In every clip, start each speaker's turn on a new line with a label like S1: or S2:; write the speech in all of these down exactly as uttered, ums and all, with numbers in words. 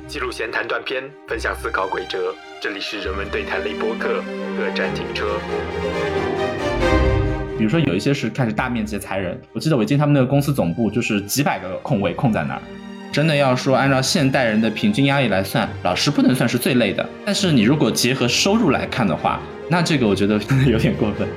S1: 记录闲谈短篇，分享思考轨辙。这里是人文对谈类播客，各站停车。
S2: 比如说有一些是开始大面积裁人，我记得我进他们那个公司总部，就是几百个空位空在那儿。真的要说按照现代人的平均压力来算，老师不能算是最累的，但是你如果结合收入来看的话，那这个我觉得有点过分。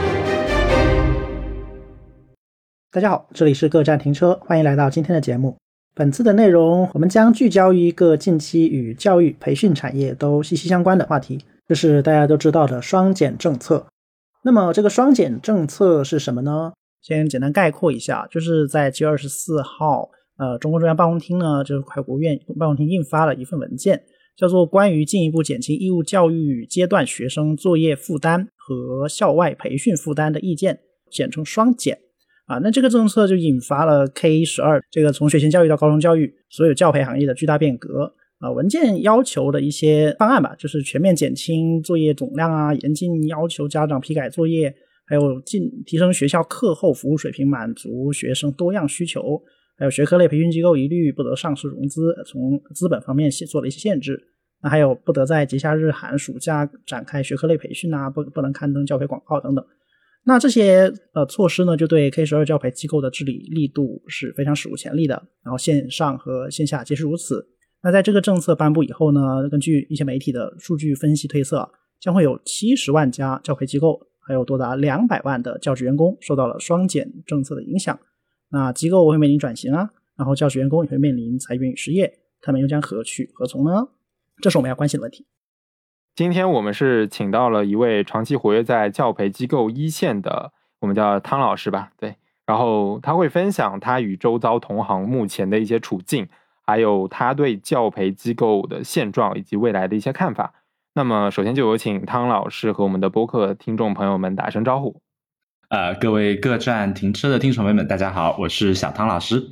S3: 大家好，这里是各站停车，欢迎来到今天的节目。本次的内容我们将聚焦于一个近期与教育培训产业都息息相关的话题，就是大家都知道的双减政策。那么这个双减政策是什么呢？先简单概括一下，就是在七月二十四号呃，中共中央办公厅呢，就是快国务院办公厅印发了一份文件，叫做关于进一步减轻义务教育阶段学生作业负担和校外培训负担的意见，简称双减。啊，那这个政策就引发了 K 十二 这个从学前教育到高中教育所有教培行业的巨大变革。啊，文件要求的一些方案吧，就是全面减轻作业总量啊，严禁要求家长批改作业，还有进提升学校课后服务水平，满足学生多样需求，还有学科类培训机构一律不得上市融资，从资本方面做了一些限制。那还有不得在节假日、寒暑假展开学科类培训啊，不不能刊登教培广告等等。那这些呃措施呢，就对 K 十二 教培机构的治理力度是非常史无前例的，然后线上和线下皆是如此。那在这个政策颁布以后呢，根据一些媒体的数据分析推测，将会有七十万家教培机构，还有多达两百万的教职员工受到了双减政策的影响。那机构会面临转型啊，然后教职员工也会面临裁员与失业，他们又将何去何从呢？这是我们要关心的问题。
S4: 今天我们是请到了一位长期活跃在教培机构一线的，我们叫汤老师吧，对，然后他会分享他与周遭同行目前的一些处境，还有他对教培机构的现状以及未来的一些看法。那么首先就有请汤老师和我们的播客听众朋友们打声招呼。
S2: 呃，各位各站停车的听众朋友们大家好，我是小汤老师。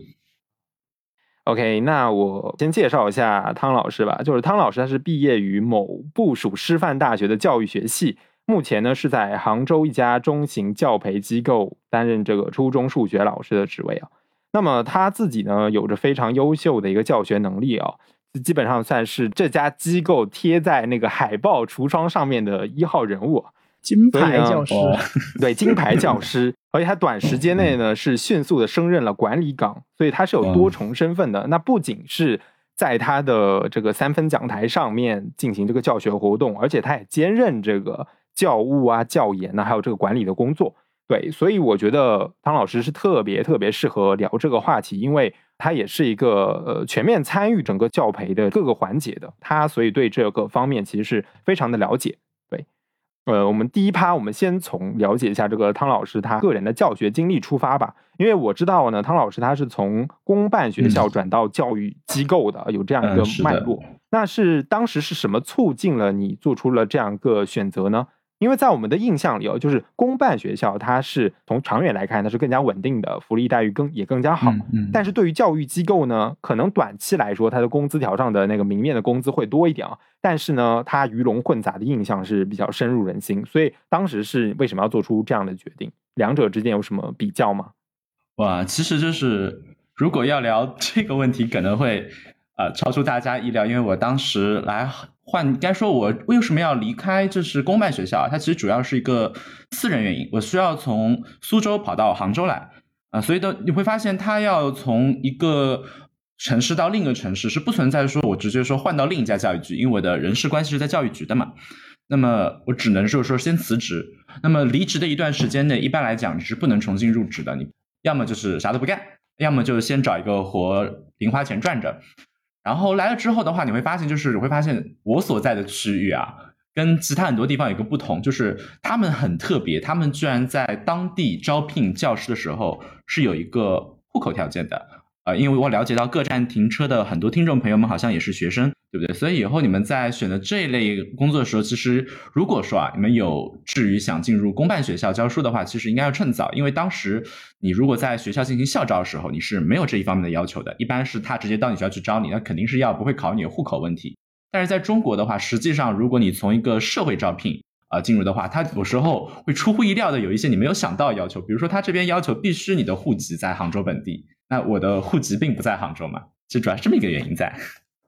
S4: OK， 那我先介绍一下汤老师吧。就是汤老师他是毕业于某部属师范大学的教育学系，目前呢是在杭州一家中型教培机构担任这个初中数学老师的职位啊。那么他自己呢有着非常优秀的一个教学能力啊，基本上算是这家机构贴在那个海报橱窗上面的一号人物，
S3: 金牌教师。
S4: 对，金牌教师。而且他短时间内呢是迅速的升任了管理岗，所以他是有多重身份的。那不仅是在他的这个三分讲台上面进行这个教学活动，而且他也兼任这个教务啊、教研啊，还有这个管理的工作。对，所以我觉得汤老师是特别特别适合聊这个话题，因为他也是一个呃全面参与整个教培的各个环节的，他所以对这个方面其实是非常的了解。对。呃，我们第一趴，我们先从了解一下这个汤老师他个人的教学经历出发吧。因为我知道呢，汤老师他是从公办学校转到教育机构的，嗯、有这样一个脉络。嗯、是那是当时是什么促进了你做出了这样一个选择呢？因为在我们的印象里哦，就是公办学校它是从长远来看它是更加稳定的，福利待遇更也更加好。嗯嗯、但是对于教育机构呢，可能短期来说它的工资条上的那个明面的工资会多一点啊，但是呢它鱼龙混杂的印象是比较深入人心。所以当时是为什么要做出这样的决定？两者之间有什么比较吗？
S2: 哇，其实就是如果要聊这个问题可能会呃超出大家意料，因为我当时来换该说我为什么要离开这是公办学校，它其实主要是一个私人原因，我需要从苏州跑到杭州来啊、呃，所以的你会发现它要从一个城市到另一个城市是不存在说我直接说换到另一家教育局，因为我的人事关系是在教育局的嘛，那么我只能就是说先辞职。那么离职的一段时间内，一般来讲你是不能重新入职的，你要么就是啥都不干，要么就是先找一个活零花钱赚着。然后来了之后的话，你会发现就是你会发现我所在的区域啊跟其他很多地方有个不同，就是他们很特别，他们居然在当地招聘教师的时候是有一个户口条件的。呃，因为我了解到各站停车的很多听众朋友们好像也是学生，对不对？所以以后你们在选择这一类工作的时候，其实如果说啊，你们有志于想进入公办学校教书的话，其实应该要趁早，因为当时你如果在学校进行校招的时候，你是没有这一方面的要求的，一般是他直接到你学校去招你，那肯定是要不会考你的户口问题。但是在中国的话，实际上如果你从一个社会招聘呃，进入的话，它有时候会出乎意料的有一些你没有想到的要求，比如说他这边要求必须你的户籍在杭州本地，那我的户籍并不在杭州嘛，其实主要是这么一个原因在。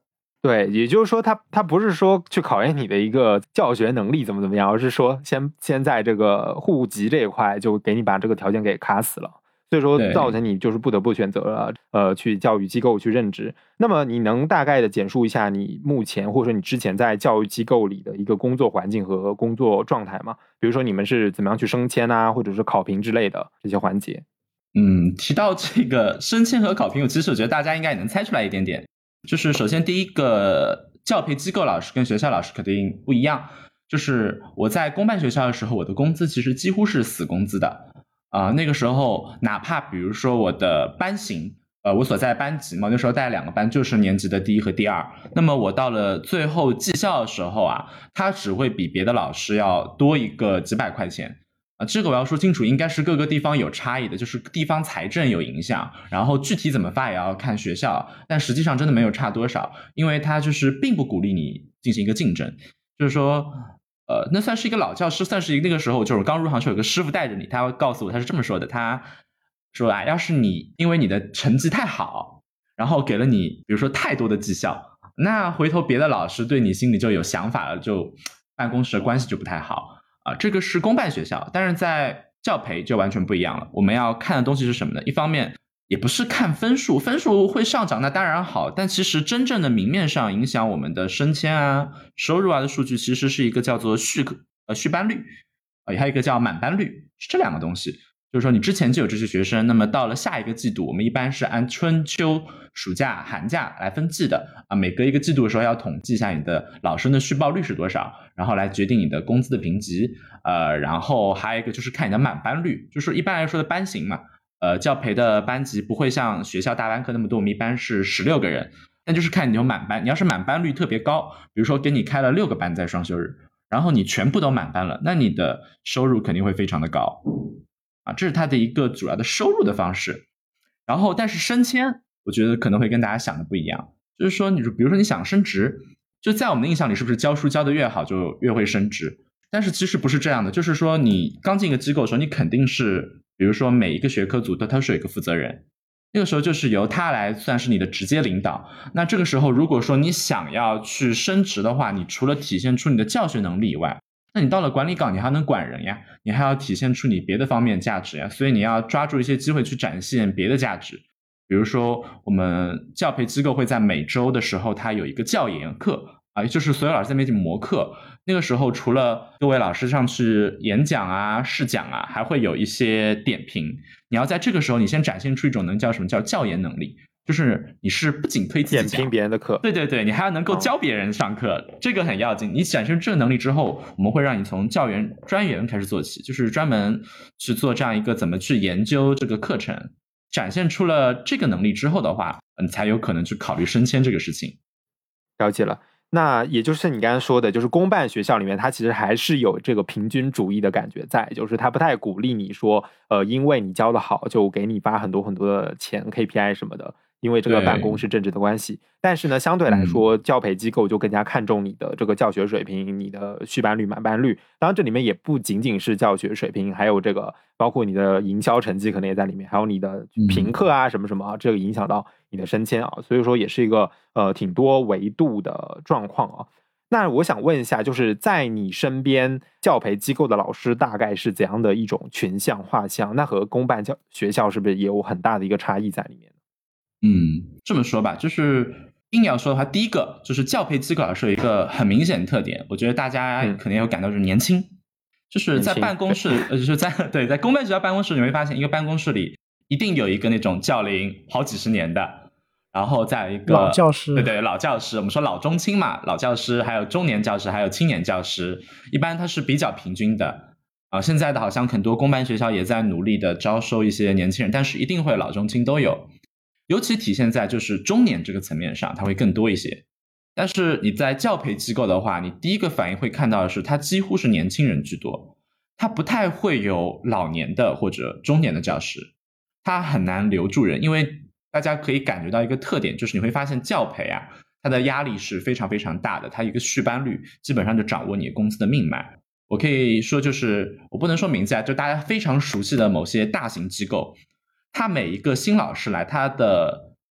S4: 对，也就是说他他不是说去考验你的一个教学能力怎么怎么样，而是说先先在这个户籍这一块就给你把这个条件给卡死了，所以说造成你就是不得不选择了呃去教育机构去任职。那么你能大概的简述一下你目前或者说你之前在教育机构里的一个工作环境和工作状态吗？比如说你们是怎么样去升迁啊，或者是考评之类的这些环节？
S2: 嗯，提到这个升迁和考评，其实我觉得大家应该也能猜出来一点点。就是首先第一个，教培机构老师跟学校老师肯定不一样。就是我在公办学校的时候，我的工资其实几乎是死工资的啊、呃。那个时候，哪怕比如说我的班型，呃，我所在班级嘛，那时候带两个班，就是年级的第一和第二。那么我到了最后绩效的时候啊，他只会比别的老师要多一个几百块钱。啊，这个我要说清楚，应该是各个地方有差异的，就是地方财政有影响，然后具体怎么发也要看学校，但实际上真的没有差多少，因为他就是并不鼓励你进行一个竞争，就是说，呃，那算是一个老教师，算是一个那个时候就是刚入行时有个师傅带着你，他会告诉我他是这么说的，他说啊，要是你因为你的成绩太好，然后给了你比如说太多的绩效，那回头别的老师对你心里就有想法了，就办公室的关系就不太好。啊，这个是公办学校，但是在教培就完全不一样了。我们要看的东西是什么呢？一方面也不是看分数，分数会上涨那当然好，但其实真正的明面上影响我们的升迁啊、收入啊的数据，其实是一个叫做续呃续班率啊，还有一个叫满班率，是这两个东西。就是说你之前就有这些学生，那么到了下一个季度，我们一般是按春秋、暑假、寒假来分季的啊，每隔一个季度的时候要统计一下你的老生的续报率是多少，然后来决定你的工资的评级，呃，然后还有一个就是看你的满班率，就是一般来说的班型嘛，呃，教培的班级不会像学校大班课那么多，我们一般是十六个人，那就是看你有满班，你要是满班率特别高，比如说给你开了六个班在双休日，然后你全部都满班了，那你的收入肯定会非常的高。啊，这是它的一个主要的收入的方式。然后但是升迁我觉得可能会跟大家想的不一样，就是说你比如说你想升职，就在我们的印象里是不是教书教得越好就越会升职，但是其实不是这样的，就是说你刚进一个机构的时候，你肯定是比如说每一个学科组都它是有一个负责人，那个时候就是由他来算是你的直接领导。那这个时候如果说你想要去升职的话，你除了体现出你的教学能力以外，那你到了管理岗你还能管人呀，你还要体现出你别的方面价值呀，所以你要抓住一些机会去展现别的价值。比如说我们教培机构会在每周的时候它有一个教研课啊，就是所有老师在面前模课，那个时候除了各位老师上去演讲啊试讲啊，还会有一些点评，你要在这个时候你先展现出一种能叫什么叫教研能力，就是你是不仅可以自己讲
S4: 点评别人的课，
S2: 对对对，你还要能够教别人上课、哦、这个很要紧。你展示这个能力之后，我们会让你从教员专员开始做起，就是专门去做这样一个怎么去研究这个课程，展现出了这个能力之后的话，你才有可能去考虑升迁这个事情。
S4: 了解了。那也就是你刚才说的，就是公办学校里面它其实还是有这个平均主义的感觉在，就是它不太鼓励你说呃，因为你教得好就给你发很多很多的钱 K P I 什么的，因为这个办公是政治的关系。但是呢相对来说、嗯、教培机构就更加看重你的这个教学水平，你的续班率满班率，当然这里面也不仅仅是教学水平，还有这个包括你的营销成绩可能也在里面，还有你的评课啊什么什么、啊、这个影响到你的升迁啊，所以说也是一个呃挺多维度的状况啊。那我想问一下，就是在你身边教培机构的老师大概是怎样的一种群像画像？那和公办教学校是不是也有很大的一个差异在里面？
S2: 嗯，这么说吧，就是硬要说的话，第一个就是教培机构老师有一个很明显的特点，我觉得大家可能有感到就是年轻，嗯、就是在办公室，呃，就是在对在公办学校办公室，你会发现一个办公室里一定有一个那种教龄好几十年的。然后再有一个
S3: 老教师，
S2: 对对，老教师，我们说老中青嘛，老教师，还有中年教师，还有青年教师，一般它是比较平均的啊。现在的好像很多公办学校也在努力的招收一些年轻人，但是一定会老中青都有，尤其体现在就是中年这个层面上，它会更多一些。但是你在教培机构的话，你第一个反应会看到的是，它几乎是年轻人居多，它不太会有老年的或者中年的教师，它很难留住人，因为大家可以感觉到一个特点，就是你会发现教培啊，它的压力是非常非常大的，它一个续班率基本上就掌握你公司的命脉。我可以说就是我不能说名字啊，就大家非常熟悉的某些大型机构，它每一个新老师来，他的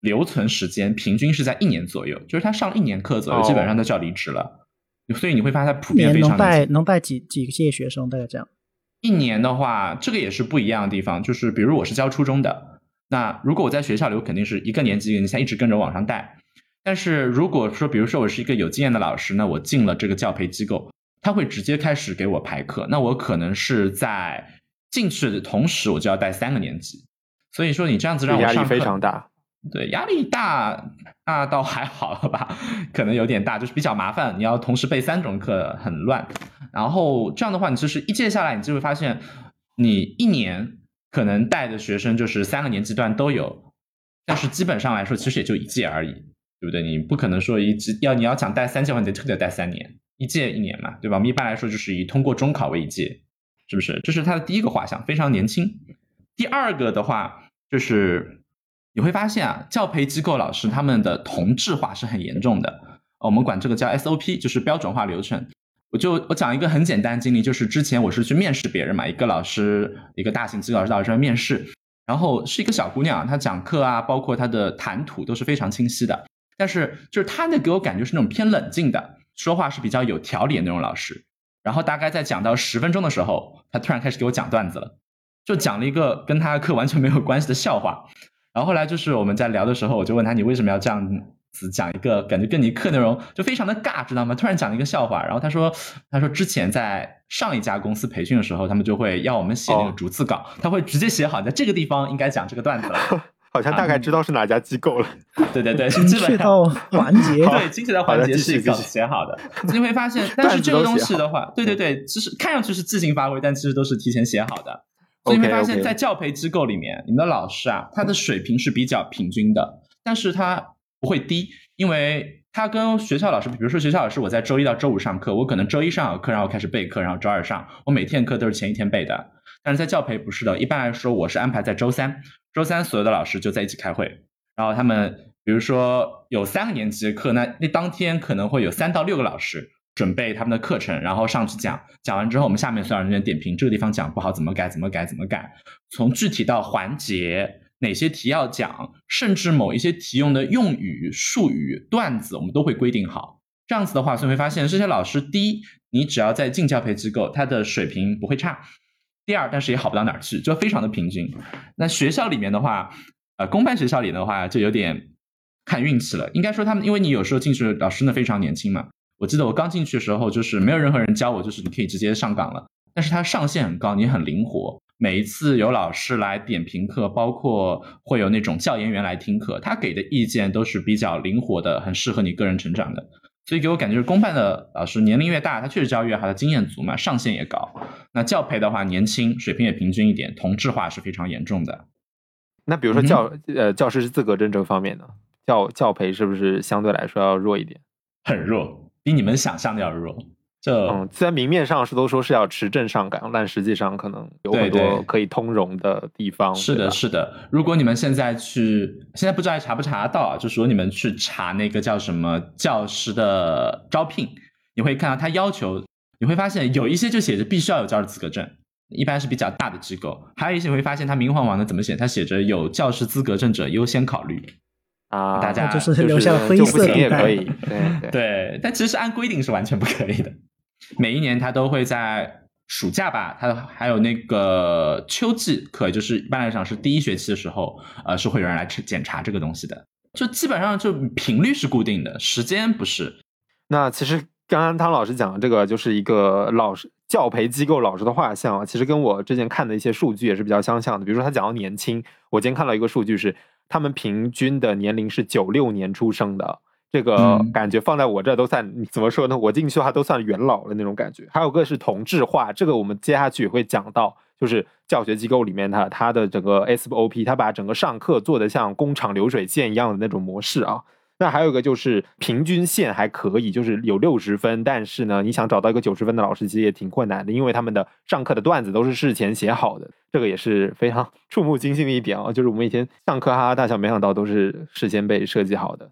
S2: 留存时间平均是在一年左右，就是他上了一年课左右，
S4: 哦
S2: 基本上他就要离职了。所以你会发现他普
S3: 一年
S2: 遍非常
S3: 能带能带几几届学生，大概这样。
S2: 一年的话，这个也是不一样的地方，就是比如我是教初中的，那如果我在学校里，我肯定是一个年级一个年级一直跟着往上带。但是如果说比如说我是一个有经验的老师，那我进了这个教培机构，他会直接开始给我排课，那我可能是在进去的同时我就要带三个年级。所以说你这样子让我上课
S4: 压力非常大。
S2: 对，压力大那倒还好吧，可能有点大，就是比较麻烦，你要同时备三种课，很乱。然后这样的话，你就是一届下来，你就会发现你一年可能带的学生就是三个年级段都有，但是基本上来说其实也就一届而已，对不对？你不可能说一要你要想带三届的话，你得特别带三年，一届一年嘛，对吧？我们一般来说就是以通过中考为一届，是不是？这是他的第一个画像，非常年轻。第二个的话就是你会发现啊，教培机构老师他们的同质化是很严重的，我们管这个叫 S O P， 就是标准化流程。我就我讲一个很简单的经历，就是之前我是去面试别人嘛，一个老师，一个大型机构老师到这面试，然后是一个小姑娘，她讲课啊，包括她的谈吐都是非常清晰的，但是就是她呢给我感觉是那种偏冷静的，说话是比较有条理的那种老师。然后大概在讲到十分钟的时候，她突然开始给我讲段子了，就讲了一个跟她的课完全没有关系的笑话。然后后来就是我们在聊的时候，我就问他你为什么要这样子讲一个感觉跟你课内容就非常的尬，知道吗？突然讲了一个笑话，然后他说他说之前在上一家公司培训的时候，他们就会要我们写那个逐字稿，哦、他会直接写好在这个地方应该讲这个段子了。
S4: 好像大概知道是哪家机构了。
S2: 嗯、对对对，
S3: 精确到环节，
S2: 对，精确到环节是一个写好的，你会发现，但是这个东西的话，对对对，其实看上去是即兴发挥，但其实都是提前写好的。所以你会发现在教培机构里面， okay, okay. 你们的老师啊，他的水平是比较平均的，但是他不会低，因为他跟学校老师，比如说学校老师，我在周一到周五上课，我可能周一上好课，然后开始备课，然后周二上，我每天课都是前一天备的。但是在教培不是的，一般来说我是安排在周三，周三所有的老师就在一起开会，然后他们比如说有三个年级的课，那那当天可能会有三到六个老师准备他们的课程，然后上去讲，讲完之后我们下面所有人员点评，这个地方讲不好怎么改怎么改怎么改，从具体到环节哪些题要讲，甚至某一些题用的用语术语段子我们都会规定好。这样子的话，所以会发现这些老师，第一你只要在进教培机构他的水平不会差，第二但是也好不到哪儿去，就非常的平均。那学校里面的话呃，公办学校里的话就有点看运气了，应该说他们因为你有时候进去老师呢非常年轻嘛，我记得我刚进去的时候就是没有任何人教我，就是你可以直接上岗了，但是它上限很高，你很灵活，每一次有老师来点评课，包括会有那种教研员来听课，他给的意见都是比较灵活的，很适合你个人成长的。所以给我感觉是公办的老师年龄越大，他确实教越好，他经验足嘛，上限也高。那教培的话年轻，水平也平均一点，同质化是非常严重的。
S4: 那比如说教、嗯、呃教师资格证这个方面呢，教教培是不是相对来说要弱一点？
S2: 很弱，比你们想象的要弱。这
S4: 嗯，虽然明面上是都说是要持证上岗，但实际上可能有很多可以通融的地方。
S2: 是的，是的。如果你们现在去，现在不知道还查不查得到啊？就是说你们去查那个叫什么教师的招聘，你会看到他要求，你会发现有一些就写着必须要有教师资格证，一般是比较大的机构；还有一些你会发现他明晃晃的怎么写，他写着有教师资格证者优先考虑。
S4: 啊，
S2: 大家
S3: 就是留下灰色地带，
S4: 也可以，对 对,
S2: 对，但其实按规定是完全不可以的。每一年他都会在暑假吧，他还有那个秋季课，就是一般来讲是第一学期的时候，呃，是会有人来检查这个东西的。就基本上就频率是固定的，时间不是。
S4: 那其实刚刚汤老师讲的这个，就是一个老师教培机构老师的画像，其实跟我之前看的一些数据也是比较相像的。比如说他讲到年轻，我今天看到一个数据是，他们平均的年龄是九六年出生的。这个感觉放在我这都算、嗯、怎么说呢？我进去的话都算元老的那种感觉。还有个是同质化，这个我们接下去也会讲到，就是教学机构里面它它的整个 S O P， 它把整个上课做的像工厂流水线一样的那种模式啊。那还有一个就是平均线还可以，就是有六十分，但是呢，你想找到一个九十分的老师其实也挺困难的，因为他们的上课的段子都是事前写好的，这个也是非常触目惊心的一点啊。就是我们以前上课哈哈大笑，没想到都是事先被设计好的。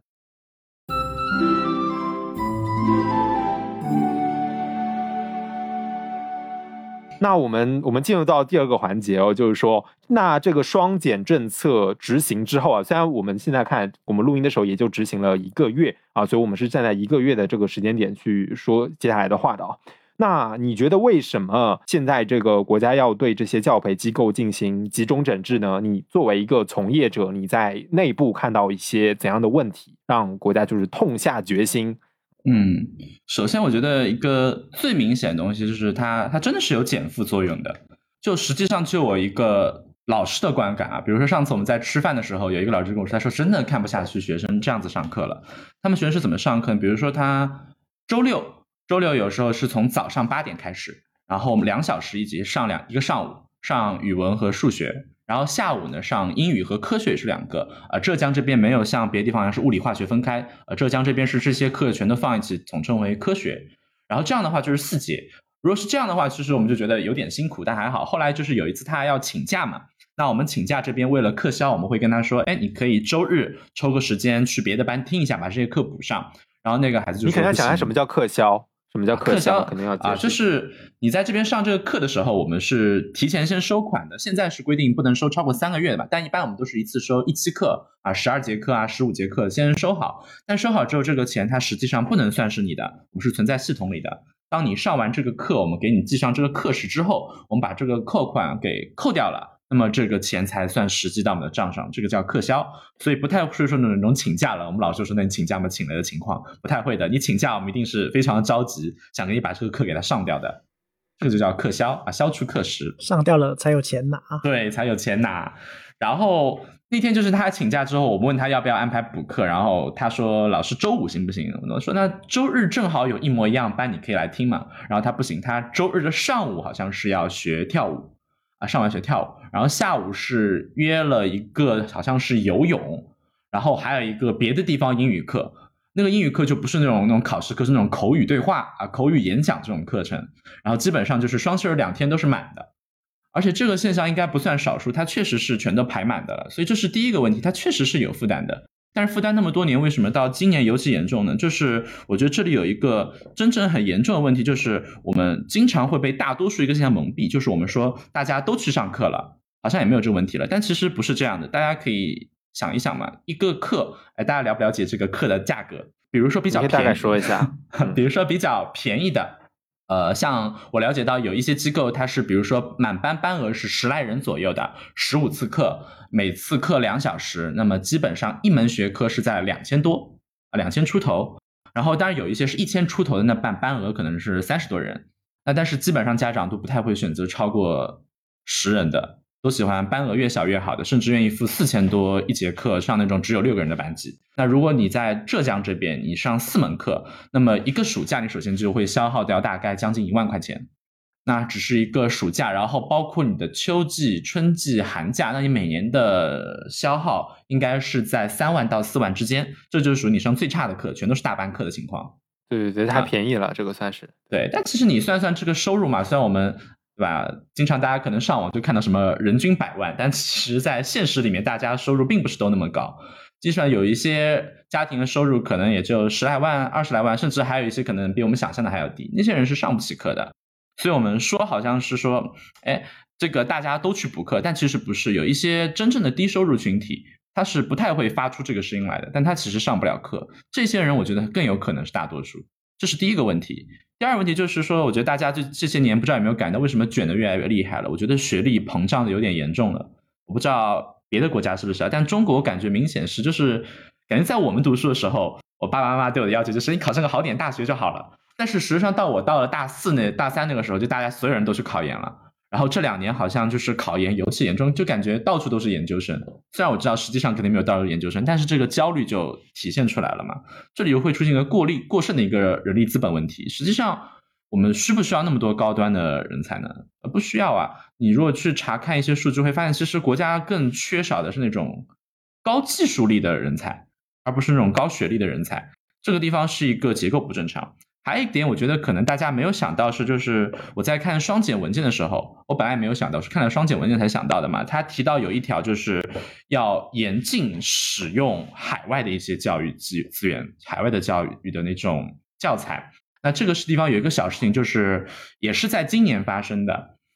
S4: 那我们我们进入到第二个环节哦，就是说，那这个双减政策执行之后啊，虽然我们现在看我们录音的时候也就执行了一个月啊，所以我们是站在一个月的这个时间点去说接下来的话的啊。那你觉得为什么现在这个国家要对这些教培机构进行集中整治呢？你作为一个从业者，你在内部看到一些怎样的问题，让国家就是痛下决心？
S2: 嗯，首先我觉得一个最明显的东西就是它它真的是有减负作用的。就实际上就我一个老师的观感啊，比如说上次我们在吃饭的时候，有一个老师跟我说，他说真的看不下去学生这样子上课了。他们学生是怎么上课？比如说他周六周六有时候是从早上八点开始，然后我们两小时一节上两一个上午上语文和数学，然后下午呢上英语和科学也是两个。呃，浙江这边没有像别的地方一样是物理化学分开，呃，浙江这边是这些课全都放一起，统称为科学。然后这样的话就是四节。如果是这样的话，其实我们就觉得有点辛苦，但还好。后来就是有一次他要请假嘛，那我们请假这边为了课销，我们会跟他说，哎，你可以周日抽个时间去别的班听一下，把这些课补上。然后那个孩子就说，
S4: 你肯定要讲一下什么叫课销。什么叫课销？
S2: 肯定要啊，就是你在这边上这个课的时候，我们是提前先收款的。现在是规定不能收超过三个月的嘛，但一般我们都是一次收一期课啊，十二节课啊，十五节课先收好。但收好之后，这个钱它实际上不能算是你的，我们是存在系统里的。当你上完这个课，我们给你记上这个课时之后，我们把这个扣款给扣掉了。那么这个钱才算实际到我们的账上，这个叫课销。所以不太会说那种请假了，我们老师说那你请假吗？请了的情况不太会的。你请假我们一定是非常着急，想给你把这个课给它上掉的，这个就叫课销啊，消除课时，
S3: 上掉了才有钱拿。
S2: 对，才有钱拿。然后那天就是他请假之后，我们问他要不要安排补课，然后他说老师周五行不行？我说那周日正好有一模一样班，你可以来听嘛。然后他不行，他周日的上午好像是要学跳舞啊，上完学跳舞，然后下午是约了一个好像是游泳，然后还有一个别的地方英语课。那个英语课就不是那种那种考试课，是那种口语对话啊、口语演讲这种课程。然后基本上就是双休日两天都是满的，而且这个现象应该不算少数，它确实是全都排满的了。所以这是第一个问题，它确实是有负担的。但是负担那么多年，为什么到今年尤其严重呢？就是我觉得这里有一个真正很严重的问题，就是我们经常会被大多数一个现象蒙蔽，就是我们说大家都去上课了，好像也没有这个问题了。但其实不是这样的，大家可以想一想嘛，一个课，哎，大家了不了解这个课的价格？比如说比较便宜，
S4: 你可以大概说一下，
S2: 比如说比较便宜的。呃，像我了解到有一些机构，它是比如说满班班额是十来人左右的，十五次课，每次课两小时，那么基本上一门学科是在两千多啊，两千出头。然后当然有一些是一千出头的，那办班额可能是三十多人。那但是基本上家长都不太会选择超过十人的，都喜欢班额越小越好的，甚至愿意付四千多一节课上那种只有六个人的班级。那如果你在浙江这边你上四门课，那么一个暑假你首先就会消耗掉大概将近一万块钱。那只是一个暑假，然后包括你的秋季、春季、寒假，那你每年的消耗应该是在三万到四万之间，这就是属于你上最差的课，全都是大班课的情况。
S4: 对对对，太便宜了、啊、这个算是。
S2: 对，但其实你算算这个收入嘛，虽然我们对吧，经常大家可能上网就看到什么人均百万，但其实在现实里面大家收入并不是都那么高。基本上有一些家庭的收入可能也就十来万、二十来万，甚至还有一些可能比我们想象的还要低，那些人是上不起课的。所以我们说好像是说，哎，这个大家都去补课，但其实不是，有一些真正的低收入群体，他是不太会发出这个声音来的，但他其实上不了课。这些人我觉得更有可能是大多数，这是第一个问题。第二个问题就是说，我觉得大家这这些年不知道有没有感到为什么卷得越来越厉害了？我觉得学历膨胀的有点严重了。我不知道别的国家是不是啊，但中国感觉明显是，就是感觉在我们读书的时候，我爸爸妈妈对我的要求就是你考上个好点大学就好了。但是实际上到我到了大四那大三那个时候，就大家所有人都去考研了。然后这两年好像就是考研尤其严重，就感觉到处都是研究生。虽然我知道实际上肯定没有到处研究生，但是这个焦虑就体现出来了嘛。这里又会出现一个过力过剩的一个人力资本问题。实际上我们需不需要那么多高端的人才呢？不需要啊。你如果去查看一些数据，会发现其实国家更缺少的是那种高技术力的人才，而不是那种高学历的人才。这个地方是一个结构不正常。还有一点我觉得可能大家没有想到是，就是我在看双减文件的时候，我本来没有想到，是看了双减文件才想到的嘛。他提到有一条就是要严禁使用海外的一些教育资资源，海外的教育的那种教材。那这个地方有一个小事情，就是也是在今年发生的。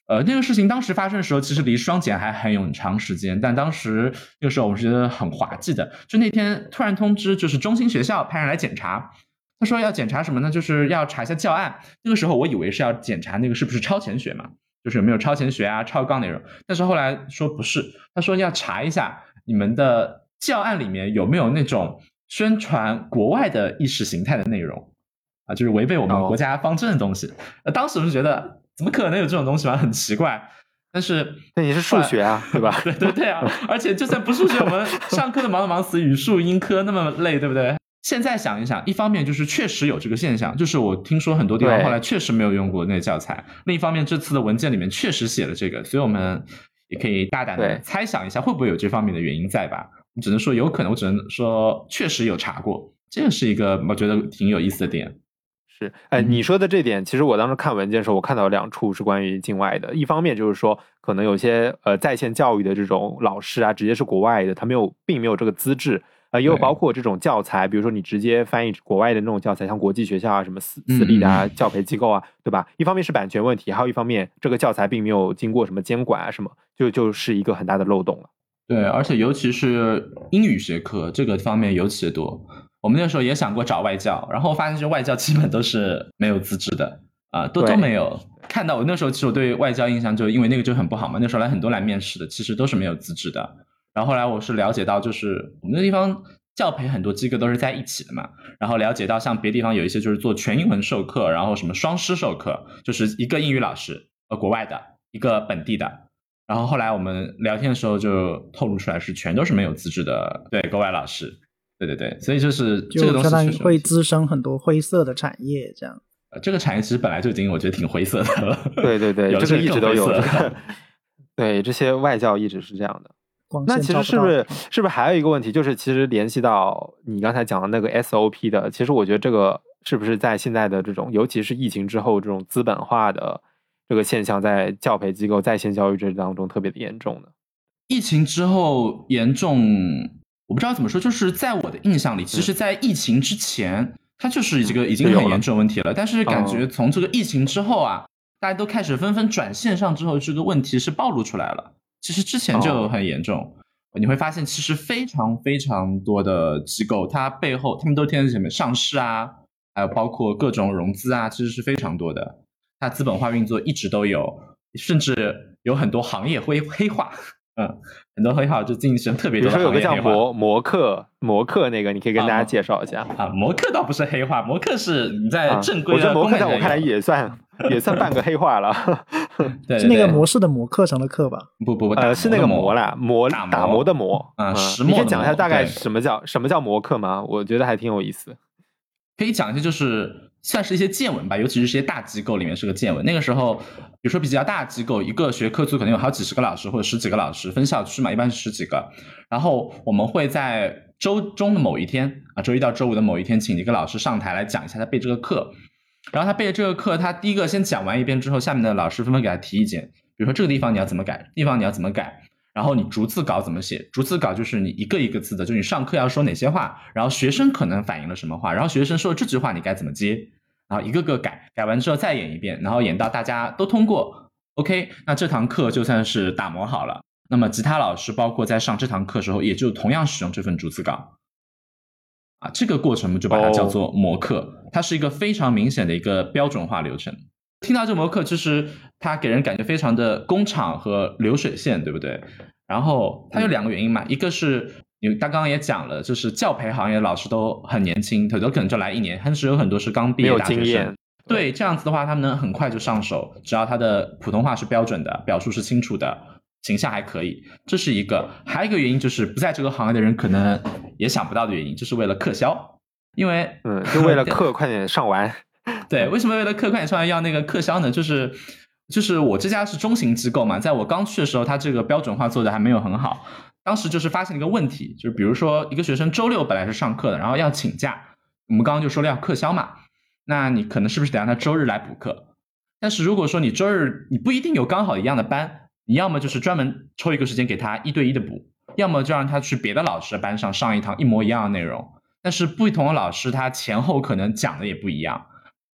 S2: 呃，那个事情当时发生的时候，其实离双减还很有长时间，但当时那个时候我们觉得很滑稽的，就那天突然通知，就是中心学校派人来检查，他说要检查什么呢？就是要查一下教案。那个时候我以为是要检查那个是不是超前学嘛，就是有没有超前学啊、超纲内容，但是后来说不是，他说要查一下你们的教案里面有没有那种宣传国外的意识形态的内容啊，就是违背我们国家方针的东西。呃，当时我就觉得怎么可能有这种东西嘛，很奇怪。但是
S4: 那你是数学啊，对吧？
S2: 对对对啊，而且就算不数学，我们上课的忙的忙死，语数英科那么累，对不对？现在想一想，一方面就是确实有这个现象，就是我听说很多地方后来确实没有用过那个教材，另一方面这次的文件里面确实写了这个，所以我们也可以大胆的猜想一下会不会有这方面的原因在吧。我只能说有可能，我只能说确实有查过，这个是一个我觉得挺有意思的点。
S4: 是，哎，你说的这点，其实我当时看文件的时候，我看到两处是关于境外的。一方面就是说，可能有些呃在线教育的这种老师啊，直接是国外的，他没有，并没有这个资质。呃，也有包括这种教材，比如说你直接翻译国外的那种教材，像国际学校啊、什么私私立的啊、嗯、教培机构啊，对吧？一方面是版权问题，还有一方面这个教材并没有经过什么监管啊，什么，就就是一个很大的漏洞了。
S2: 对，而且尤其是英语学科这个方面尤其多。我们那时候也想过找外教，然后发现这外教基本都是没有资质的啊、呃，都都没有。看到我那时候，其实我对外教印象就因为那个就很不好嘛。那时候来很多来面试的，其实都是没有资质的。然后后来我是了解到，就是我们那地方教培很多机构都是在一起的嘛。然后了解到，像别地方有一些就是做全英文授课，然后什么双师授课，就是一个英语老师，呃，国外的，一个本地的。然后后来我们聊天的时候就透露出来是全都是没有资质的，对，国外老师。对对对，所以就是这个东西
S3: 就相当于会滋生很多灰色的产业，这样。
S2: 呃，这个产业其实本来就已经我觉得挺灰色的了。
S4: 对对对，这个一直都有。对，这些外教一直是这样的。那其实是不是是不是还有一个问题，就是其实联系到你刚才讲的那个 S O P 的，其实我觉得这个是不是在现在的这种，尤其是疫情之后这种资本化的这个现象，在教培机构在线教育这当中特别的严重呢？
S2: 疫情之后严重。我不知道怎么说，就是在我的印象里，其实在疫情之前它就是这个已经很严重的问题了，但是感觉从这个疫情之后啊，大家都开始纷纷转线上之后，这个问题是暴露出来了。其实之前就很严重，你会发现其实非常非常多的机构，它背后他们都天天什么上市啊，还有包括各种融资啊，其实是非常多的，它资本化运作一直都有，甚至有很多行业会黑化。嗯，很多黑化就进行特别多的行业黑化。比如说有个叫
S4: 摩摩克摩克那个，你可以跟大家介绍一下
S2: 啊。摩克倒不是黑化，摩克是你在正规的、
S4: 啊。我觉得摩克在我看来也算也算半个黑化了。
S2: 对，
S3: 是那个模式的模课程的课吧？
S2: 不不不，
S4: 呃，是那个模啦，模打磨的磨
S2: 啊。石
S4: 磨，你可以讲一下大概什么叫什么叫摩克吗？我觉得还挺有意思。
S2: 可以讲一些，就是算是一些见闻吧，尤其是一些大机构里面是个见闻。那个时候，比如说比较大机构，一个学科组可能有好几十个老师或者十几个老师，分校区嘛，一般是十几个。然后我们会在周中的某一天啊，周一到周五的某一天，请一个老师上台来讲一下他背这个课。然后他背的这个课，他第一个先讲完一遍之后，下面的老师纷纷给他提意见，比如说这个地方你要怎么改，地方你要怎么改。然后你逐字稿怎么写？逐字稿就是你一个一个字的，就是你上课要说哪些话，然后学生可能反映了什么话，然后学生说这句话你该怎么接，然后一个个改，改完之后再演一遍，然后演到大家都通过 OK， 那这堂课就算是打磨好了。那么其他老师包括在上这堂课的时候也就同样使用这份逐字稿啊，这个过程我们就把它叫做模课，它是一个非常明显的一个标准化流程。听到这模课，就是它给人感觉非常的工厂和流水线，对不对？然后它有两个原因嘛，一个是你刚刚也讲了，就是教培行业的老师都很年轻，很多可能就来一年，但是有很多是刚毕业大学生，没有经验。对，这样子的话他们能很快就上手，只要他的普通话是标准的，表述是清楚的，形象还可以，这是一个。还有一个原因就是不在这个行业的人可能也想不到的原因，就是为了课销，因为
S4: 嗯，就为了课快点上完。
S2: 对，为什么为了课快点上完要那个课销呢？就是就是我这家是中型机构嘛，在我刚去的时候，它这个标准化做的还没有很好。当时就是发现一个问题，就是比如说一个学生周六本来是上课的，然后要请假，我们刚刚就说了要课销嘛，那你可能是不是得让他周日来补课？但是如果说你周日你不一定有刚好一样的班，你要么就是专门抽一个时间给他一对一的补，要么就让他去别的老师的班上上一堂一模一样的内容。但是不同的老师他前后可能讲的也不一样。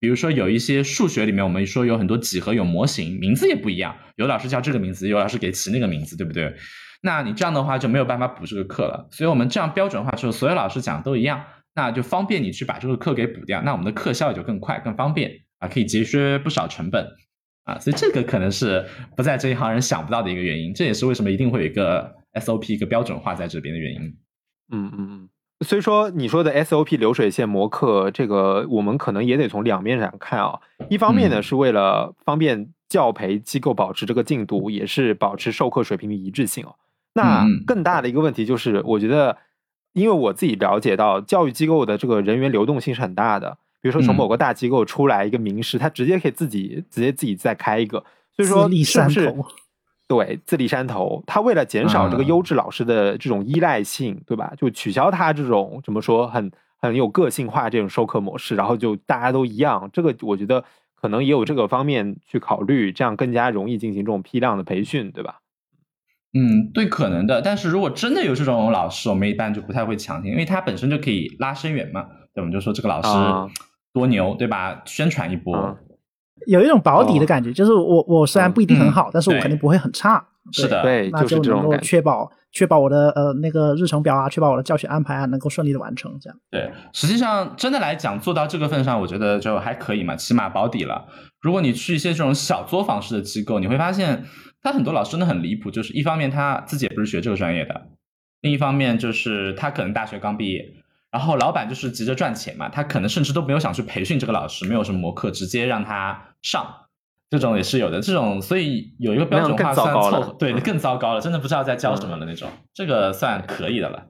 S2: 比如说有一些数学里面我们说有很多几何有模型，名字也不一样，有老师叫这个名字，有老师给起那个名字，对不对？那你这样的话就没有办法补这个课了。所以我们这样标准化之后，所有老师讲都一样，那就方便你去把这个课给补掉，那我们的课效也就更快更方便啊，可以节约不少成本啊。所以这个可能是不在这一行人想不到的一个原因，这也是为什么一定会有一个 S O P 一个标准化在这边的原因。
S4: 嗯嗯嗯。所以说你说的 S O P 流水线模课，这个我们可能也得从两面上看啊。一方面呢、嗯、是为了方便教培机构保持这个进度，也是保持授课水平的一致性哦。那更大的一个问题就是，我觉得因为我自己了解到教育机构的这个人员流动性是很大的，比如说从某个大机构出来一个名师，他直接可以自己直接自己再开一个，所以说是不是对自立山头，他为了减少这个优质老师的这种依赖性、嗯、对吧，就取消他这种怎么说很很有个性化这种授课模式，然后就大家都一样，这个我觉得可能也有这个方面去考虑，这样更加容易进行这种批量的培训，对吧？
S2: 嗯，对，可能的。但是如果真的有这种老师，我们一般就不太会强行，因为他本身就可以拉生源嘛，对，我们就说这个老师多牛、啊、对吧，宣传一波、啊，
S3: 有一种保底的感觉、哦、就是我我虽然不一定很好、嗯、但是我肯定不会很差，
S2: 是的，
S4: 对，
S3: 那就能够确保确保我的呃那个日程表啊，确保我的教学安排啊能够顺利的完成，这样。
S2: 对，实际上真的来讲做到这个份上，我觉得就还可以嘛，起码保底了。如果你去一些这种小作坊式的机构，你会发现他很多老师真的很离谱，就是一方面他自己也不是学这个专业的，另一方面就是他可能大学刚毕业，然后老板就是急着赚钱嘛，他可能甚至都没有想去培训这个老师，没有什么模课，直接让他上，这种也是有的。这种所以有一个标准化算凑合，对，更糟糕了，真的不知道在教什么了那种、嗯、这个算可以的了。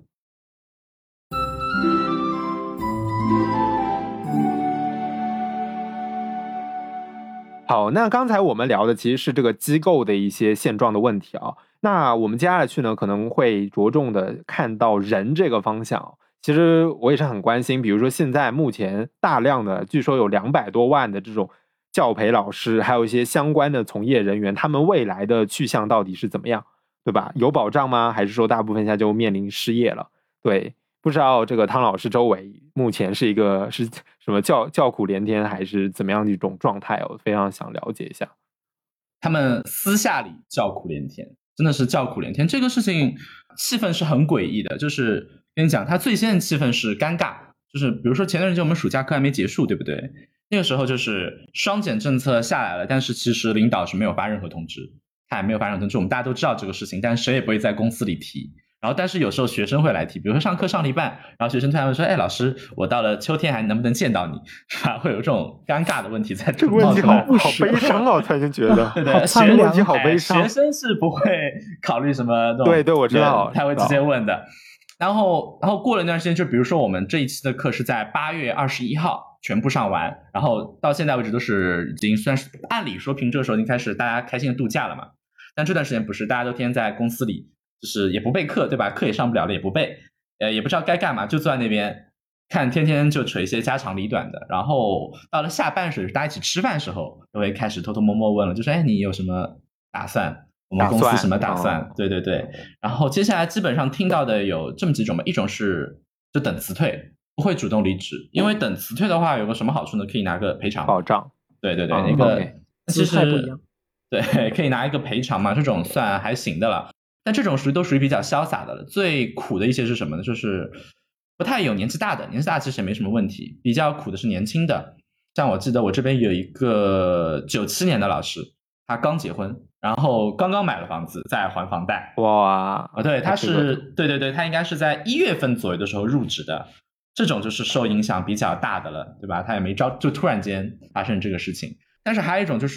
S4: 好，那刚才我们聊的其实是这个机构的一些现状的问题啊。那我们接下去呢，可能会着重的看到人这个方向。其实我也是很关心，比如说现在目前大量的，据说有两百多万的这种教培老师，还有一些相关的从业人员，他们未来的去向到底是怎么样，对吧？有保障吗？还是说大部分现在就面临失业了？对。不知道这个汤老师周围目前是一个是什么叫叫苦连天，还是怎么样的一种状态？我非常想了解一下。
S2: 他们私下里叫苦连天，真的是叫苦连天。这个事情气氛是很诡异的，就是跟你讲，他最先的气氛是尴尬，就是比如说前段时间我们暑假课还没结束，对不对？那个时候就是双减政策下来了，但是其实领导是没有发任何通知，他也没有发任何通知，我们大家都知道这个事情，但是谁也不会在公司里提。然后但是有时候学生会来提，比如说上课上了一半，然后学生突然会说，哎，老师我到了秋天还能不能见到你，是吧？会有这种尴尬的问题在
S4: 这个问题好好悲伤啊，我突然间觉得
S2: 对对，
S4: 这个问题好悲伤、
S2: 哎、学生是不会考虑什么
S4: 对对我知道
S2: 他会直接问的。然后然后过了一段时间，就比如说我们这一期的课是在八月二十一号全部上完，然后到现在为止都是已经算是按理说凭这个时候已经开始大家开心的度假了嘛，但这段时间不是，大家都天天在公司里，就是也不备课，对吧？课也上不了了，也不备，呃，也不知道该干嘛，就坐在那边看，天天就扯一些家长里短的。然后到了下半时，大家一起吃饭的时候，就会开始偷偷摸摸问了，就说：“哎，你有什么打算？我们公司什么打算？”打算对对对。然后接下来基本上听到的有这么几种吧，一种是就等辞退，不会主动离职，因为等辞退的话有个什么好处呢？可以拿个赔偿
S4: 保障。
S2: 对对对，嗯、那个、okay. 其实
S3: 不一样。
S2: 对，可以拿一个赔偿嘛，这种算还行的了。但这种属于都属于比较潇洒的了。最苦的一些是什么呢？就是不太有年纪大的，年纪大其实也没什么问题，比较苦的是年轻的。像我记得我这边有一个九七年的老师，他刚结婚，然后刚刚买了房子，在还房贷。
S4: 哇
S2: 啊，对，他是对对对，他应该是在一月份左右的时候入职的。这种就是受影响比较大的了，对吧？他也没招，就突然间发生这个事情。但是还有一种就是，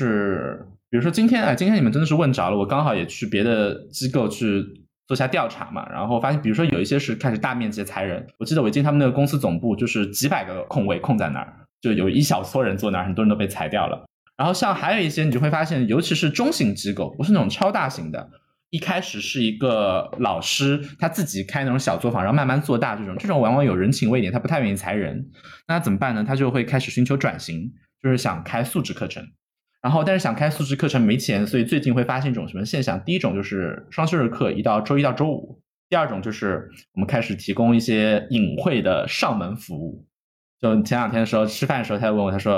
S2: 比如说今天啊，今天你们真的是问着了，我刚好也去别的机构去做下调查嘛，然后发现，比如说有一些是开始大面积的裁人。我记得我进他们那个公司总部，就是几百个空位空在那儿，就有一小撮人坐那儿，很多人都被裁掉了。然后像还有一些，你就会发现，尤其是中型机构，不是那种超大型的，一开始是一个老师他自己开那种小作坊，然后慢慢做大，这种这种往往有人情味一点，他不太愿意裁人。那怎么办呢？他就会开始寻求转型。就是想开素质课程，然后但是想开素质课程没钱，所以最近会发现一种什么现象？第一种就是双休日课一到周一到周五，第二种就是我们开始提供一些隐晦的上门服务。就前两天的时候吃饭的时候，他就问我，他说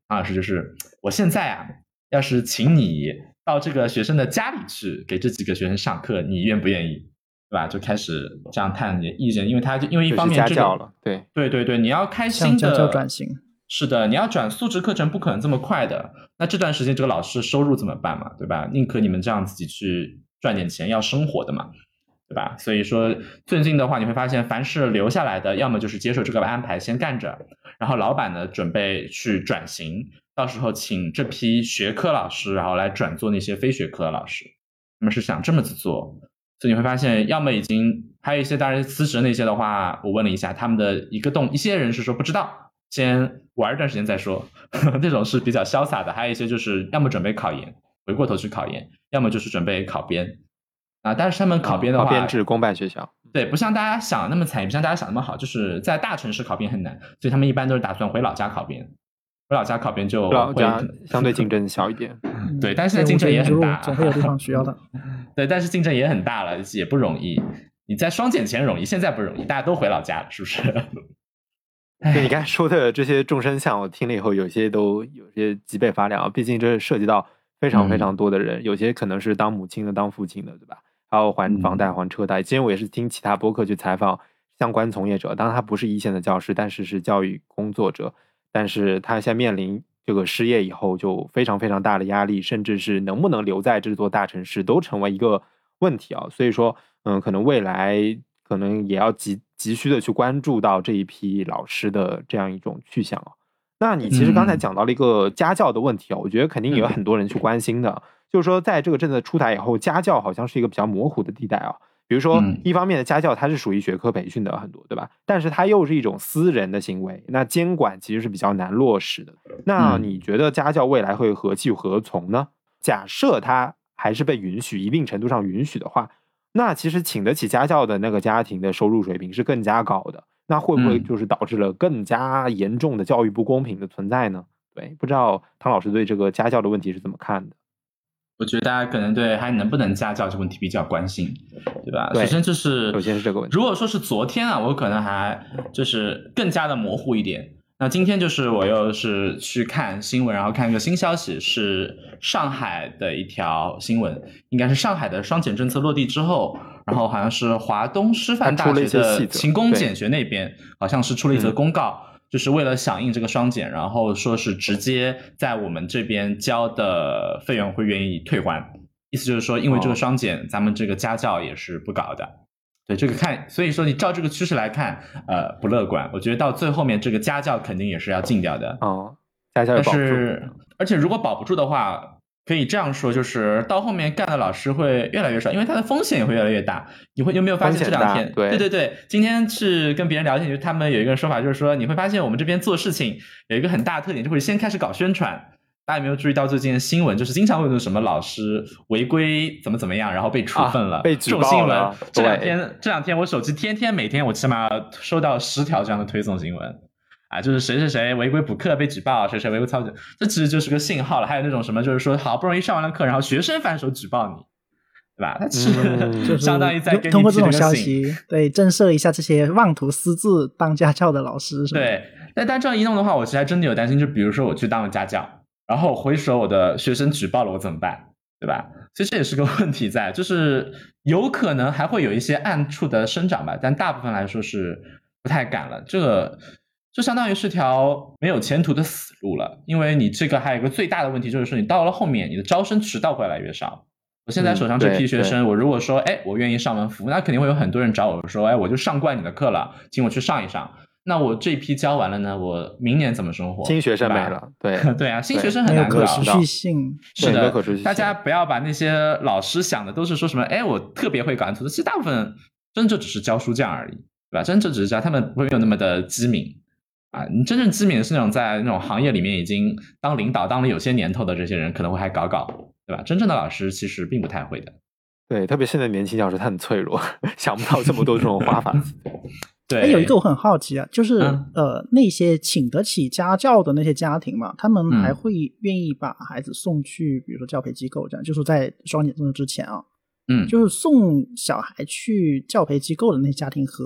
S2: 唐老师就是我现在啊，要是请你到这个学生的家里去给这几个学生上课，你愿不愿意？对吧？就开始这样探你的意见，因为他就因为一方面这个、
S4: 就是家教了，对
S2: 对对对，你要开新的
S3: 向家教转型，
S2: 是的，你要转素质课程不可能这么快的。那这段时间这个老师收入怎么办嘛？对吧？宁可你们这样自己去赚点钱，要生活的嘛，对吧？所以说最近的话，你会发现凡是留下来的，要么就是接受这个安排先干着，然后老板呢准备去转型，到时候请这批学科老师，然后来转做那些非学科的老师。他们是想这么子做。所以你会发现，要么已经还有一些，当然辞职那些的话，我问了一下他们的一个动，一些人是说不知道，先玩一段时间再说，这种是比较潇洒的。还有一些就是要么准备考研，回过头去考研，要么就是准备考编啊。但是他们考编的话，
S4: 考编制公办学校，
S2: 对，不像大家想那么惨，也不像大家想那么好，就是在大城市考编很难，所以他们一般都是打算回老家考编。回老家考编就
S4: 老
S2: 会
S4: 家相对竞争小一点。
S2: 对，但是现在竞争也很大，
S3: 总会有地方需要的。
S2: 对，但是竞争也很大了，也不容易。你在双减前容易，现在不容易，大家都回老家，是不是？
S4: 对，你刚才说的这些众生相，我听了以后，有些都有些脊背发凉。毕竟这涉及到非常非常多的人，嗯、有些可能是当母亲的、当父亲的，对吧？还有还房贷、还车贷。今天我也是听其他播客去采访相关从业者，当然他不是一线的教师，但是是教育工作者。但是他现在面临这个失业以后，就非常非常大的压力，甚至是能不能留在这座大城市都成为一个问题啊。所以说，嗯，可能未来可能也要急急需的去关注到这一批老师的这样一种去向啊。那你其实刚才讲到了一个家教的问题啊，我觉得肯定也有很多人去关心的，就是说在这个政策出台以后，家教好像是一个比较模糊的地带啊。比如说一方面的家教它是属于学科培训的很多，对吧？但是它又是一种私人的行为，那监管其实是比较难落实的。那你觉得家教未来会何去何从呢？假设它还是被允许，一定程度上允许的话，那其实请得起家教的那个家庭的收入水平是更加高的，那会不会就是导致了更加严重的教育不公平的存在呢？对，不知道汤老师对这个家教的问题是怎么看的？
S2: 我觉得大家可能对还能不能家教这个问题比较关心，对吧？
S4: 对，
S2: 首先就是
S4: 首先是这个问题。
S2: 如果说是昨天啊，我可能还就是更加的模糊一点。那今天就是我又是去看新闻，然后看一个新消息，是上海的一条新闻，应该是上海的双减政策落地之后，然后好像是华东师范大学的勤工俭学那边好像是出了一则公告。就是为了响应这个双减，然后说是直接在我们这边交的费用会愿意退还，意思就是说因为这个双减、哦、咱们这个家教也是不搞的。对，这个看，所以说你照这个趋势来看呃，不乐观。我觉得到最后面这个家教肯定也是要禁掉的。
S4: 哦，家教也保不住。
S2: 但是而且如果保不住的话，可以这样说，就是到后面干的老师会越来越少，因为它的风险也会越来越大。你会有没有发现这两天？
S4: 对
S2: 对对对，今天是跟别人聊天，就他们有一个说法，就是说你会发现我们这边做事情有一个很大的特点，就会先开始搞宣传。大家有没有注意到最近的新闻？就是经常会有什么老师违规怎么怎么样，然后被处分了，
S4: 啊、被举报了。
S2: 这种新闻这两天这两天我手机天天每天我起码收到十条这样的推送新闻。啊，就是谁谁谁违规补课被举报，谁谁违规操作，这其实就是个信号了。还有那种什么，就是说好不容易上完了课，然后学生反手举报你，对吧？他其实相当于在给你
S3: 通过这种消息，对震慑一下这些妄图私自当家教的老师。
S2: 对，但但这样一弄的话，我其实还真的有担心，就比如说我去当了家教，然后回首我的学生举报了我怎么办，对吧？所以这也是个问题在，就是有可能还会有一些暗处的生长吧，但大部分来说是不太敢了。这个。就相当于是条没有前途的死路了，因为你这个还有一个最大的问题，就是说你到了后面你的招生渠道会越来越少。我现在手上这批学生、嗯、我如果说哎，我愿意上门服务，那肯定会有很多人找我说哎，我就上惯你的课了，请我去上一上。那我这批教完了呢，我明年怎么生活？
S4: 新学生没了，对
S2: 对啊，新学生很难
S3: 可持续性。
S2: 是的，大家不要把那些老师想的都是说什么哎，我特别会搞案图，其实大部分真的就只是教书匠而已，对吧？真的就只是教，他们不会有那么的机敏。啊，你真正知名的是那种在那种行业里面已经当领导当了有些年头的这些人，可能会还搞搞，对吧？真正的老师其实并不太会的。
S4: 对，特别现在年轻教师他很脆弱，想不到这么多这种花法。
S2: 对，
S3: 有一个我很好奇啊，就是、
S2: 嗯、
S3: 呃那些请得起家教的那些家庭嘛，他们还会愿意把孩子送去，比如说教培机构这样，就是在双减政策之前啊。
S2: 嗯，
S3: 就是送小孩去教培机构的那些家庭和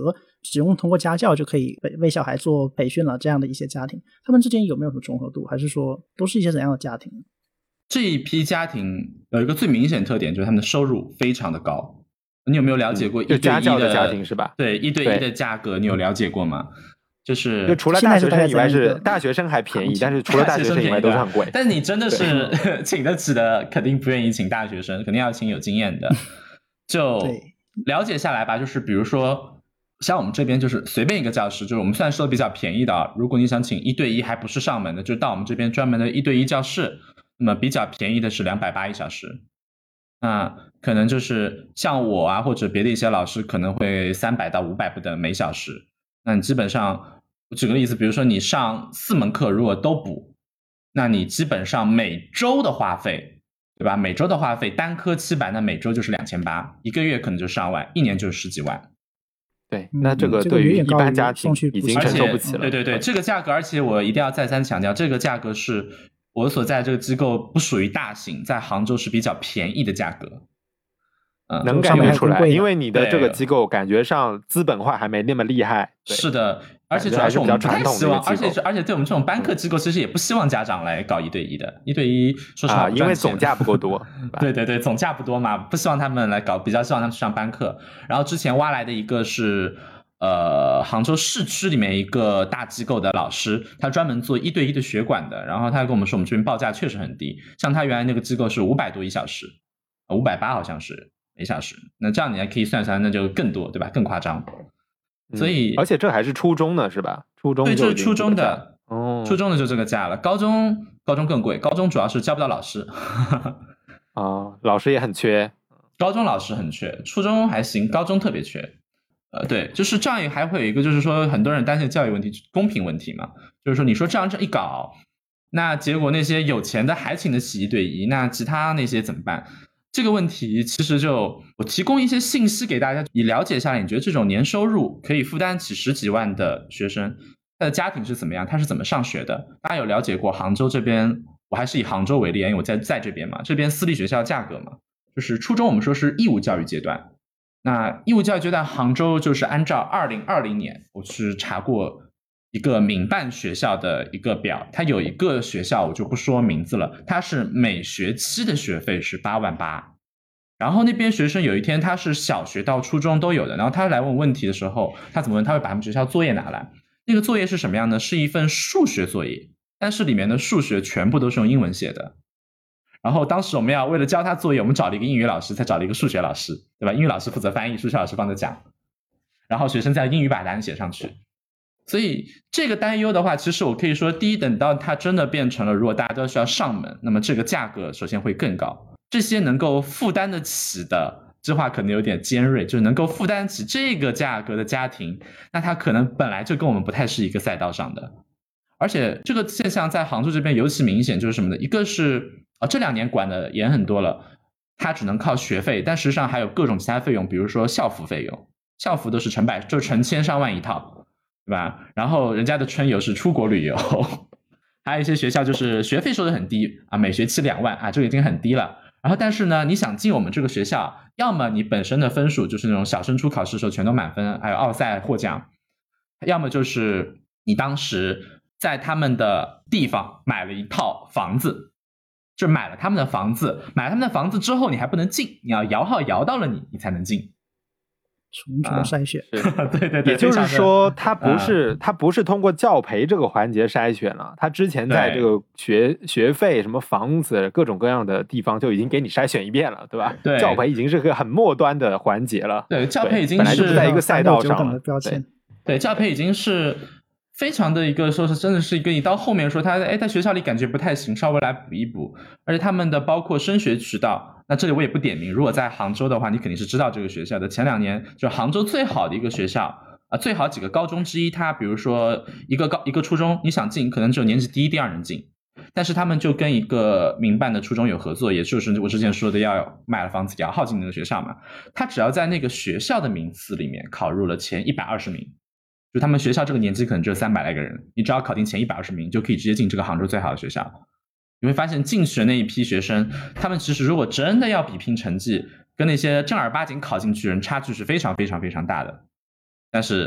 S3: 只用通过家教就可以为小孩做培训了这样的一些家庭，他们之间有没有什么重合度，还是说都是一些怎样的家庭？
S2: 这一批家庭有一个最明显特点，就是他们的收入非常的高。你有没有了解过一对一 的,、嗯、
S4: 家教的家庭是吧？
S2: 对，一对一的价格你有了解过吗？就是
S4: 就除了大学生以外是大学生还便宜，但是除了大学生以外都是很贵。
S2: 但是你真的是请得起的，肯定不愿意请大学生，肯定要请有经验的。就了解下来吧，就是比如说像我们这边就是随便一个教室，就是我们虽然收的比较便宜的啊，如果你想请一对一还不是上门的，就到我们这边专门的一对一教室，那么比较便宜的是两百八一小时。那可能就是像我啊或者别的一些老师可能会三百到五百不等每小时。那你基本上我举个例子，比如说你上四门课如果都补，那你基本上每周的花费，对吧？每周的花费单科七百，那每周就是两千八，一个月可能就上万，一年就是十几万。
S4: 对，那这个对于一般家庭已经承受不起了。
S2: 对对对，这个价格，而且我一定要再三强调，这个价格是我所在这个机构不属于大型，在杭州是比较便宜的价格。
S4: 嗯，能感觉出来，因为你的这个机构感觉上资本化还没那么厉害。
S2: 是的，而且主要是我们不太希望，而且而且对我们这种班课机构，其实也不希望家长来搞一对一的，一对一说实话、啊、
S4: 因为总价不够多。
S2: 对对对，总价不多嘛，不希望他们来搞，比较希望他们去上班课。然后之前挖来的一个是呃杭州市区里面一个大机构的老师，他专门做一对一的血管的，然后他跟我们说我们这边报价确实很低，像他原来那个机构是五百多一小时，五百八好像是每小时，那这样你还可以算算，那就更多，对吧？更夸张。所以、
S4: 嗯、而且这还是初中的是吧？初中
S2: 对，这是初中的，
S4: 哦，
S2: 初中的就这个价了。高中高中更贵，高中主要是教不到老师。
S4: 啊、哦，老师也很缺。
S2: 高中老师很缺，初中还行，高中特别缺。呃，对，就是这样，还会有一个就是说，很多人担心教育问题、公平问题嘛，就是说你说这样这一搞，那结果那些有钱的还请得起一对一，那其他那些怎么办？这个问题其实就我提供一些信息给大家，以了解下来，你觉得这种年收入可以负担起十几万的学生，他的家庭是怎么样，他是怎么上学的？大家有了解过杭州这边？我还是以杭州为例，因为我在在这边嘛，这边私立学校价格嘛，就是初中我们说是义务教育阶段，那义务教育阶段杭州就是按照二零二零年，我是查过一个民办学校的一个表，它有一个学校我就不说名字了，它是每学期的学费是八万八，然后那边学生有一天他是小学到初中都有的，然后他来问问题的时候，他怎么问？他会把他们学校作业拿来，那个作业是什么样呢？是一份数学作业，但是里面的数学全部都是用英文写的。然后当时我们要为了教他作业，我们找了一个英语老师，再找了一个数学老师，对吧？英语老师负责翻译，数学老师帮着讲，然后学生在英语把答案写上去。所以这个担忧的话，其实我可以说，第一，等到它真的变成了如果大家都需要上门，那么这个价格首先会更高。这些能够负担得起的，这话可能有点尖锐，就是能够负担起这个价格的家庭，那他可能本来就跟我们不太是一个赛道上的。而且这个现象在杭州这边尤其明显，就是什么呢？一个是啊，这两年管的严很多了，它只能靠学费，但实际上还有各种其他费用，比如说校服费用，校服都是成百，就成千上万一套，对吧？然后人家的春游是出国旅游，还有一些学校就是学费收的很低啊，每学期两万啊，这个已经很低了。然后但是呢，你想进我们这个学校，要么你本身的分数就是那种小升初考试的时候全都满分，还有奥赛获奖，要么就是你当时在他们的地方买了一套房子，就买了他们的房子，买了他们的房子之后你还不能进，你要摇号摇到了你你才能进，
S3: 重重筛选、
S2: 啊、对对对，
S4: 也就是说他不是、啊、他不是通过教培这个环节筛选了，他之前在这个学学费什么房子各种各样的地方就已经给你筛选一遍了，对吧？
S2: 对，
S4: 教培已经是个很末端的环节了。
S2: 对，教培已经是
S4: 本来就不在一个赛道上了。
S3: 对,
S2: 对，教培已经是非常的一个说是真的是一个你到后面说他哎在学校里感觉不太行，稍微来补一补，而且他们的包括升学渠道，那这里我也不点名，如果在杭州的话你肯定是知道这个学校的，前两年就杭州最好的一个学校啊，最好几个高中之一，它比如说一个高一个初中你想进可能只有年级第一第二人进，但是他们就跟一个民办的初中有合作，也就是我之前说的要买了房子摇号进那个学校嘛，他只要在那个学校的名次里面考入了前一百二十名，就他们学校这个年级可能只有三百来个人，你只要考进前一百二十名就可以直接进这个杭州最好的学校。你会发现进去的那一批学生，他们其实如果真的要比拼成绩，跟那些正儿八经考进去人差距是非常非常非常大的。但是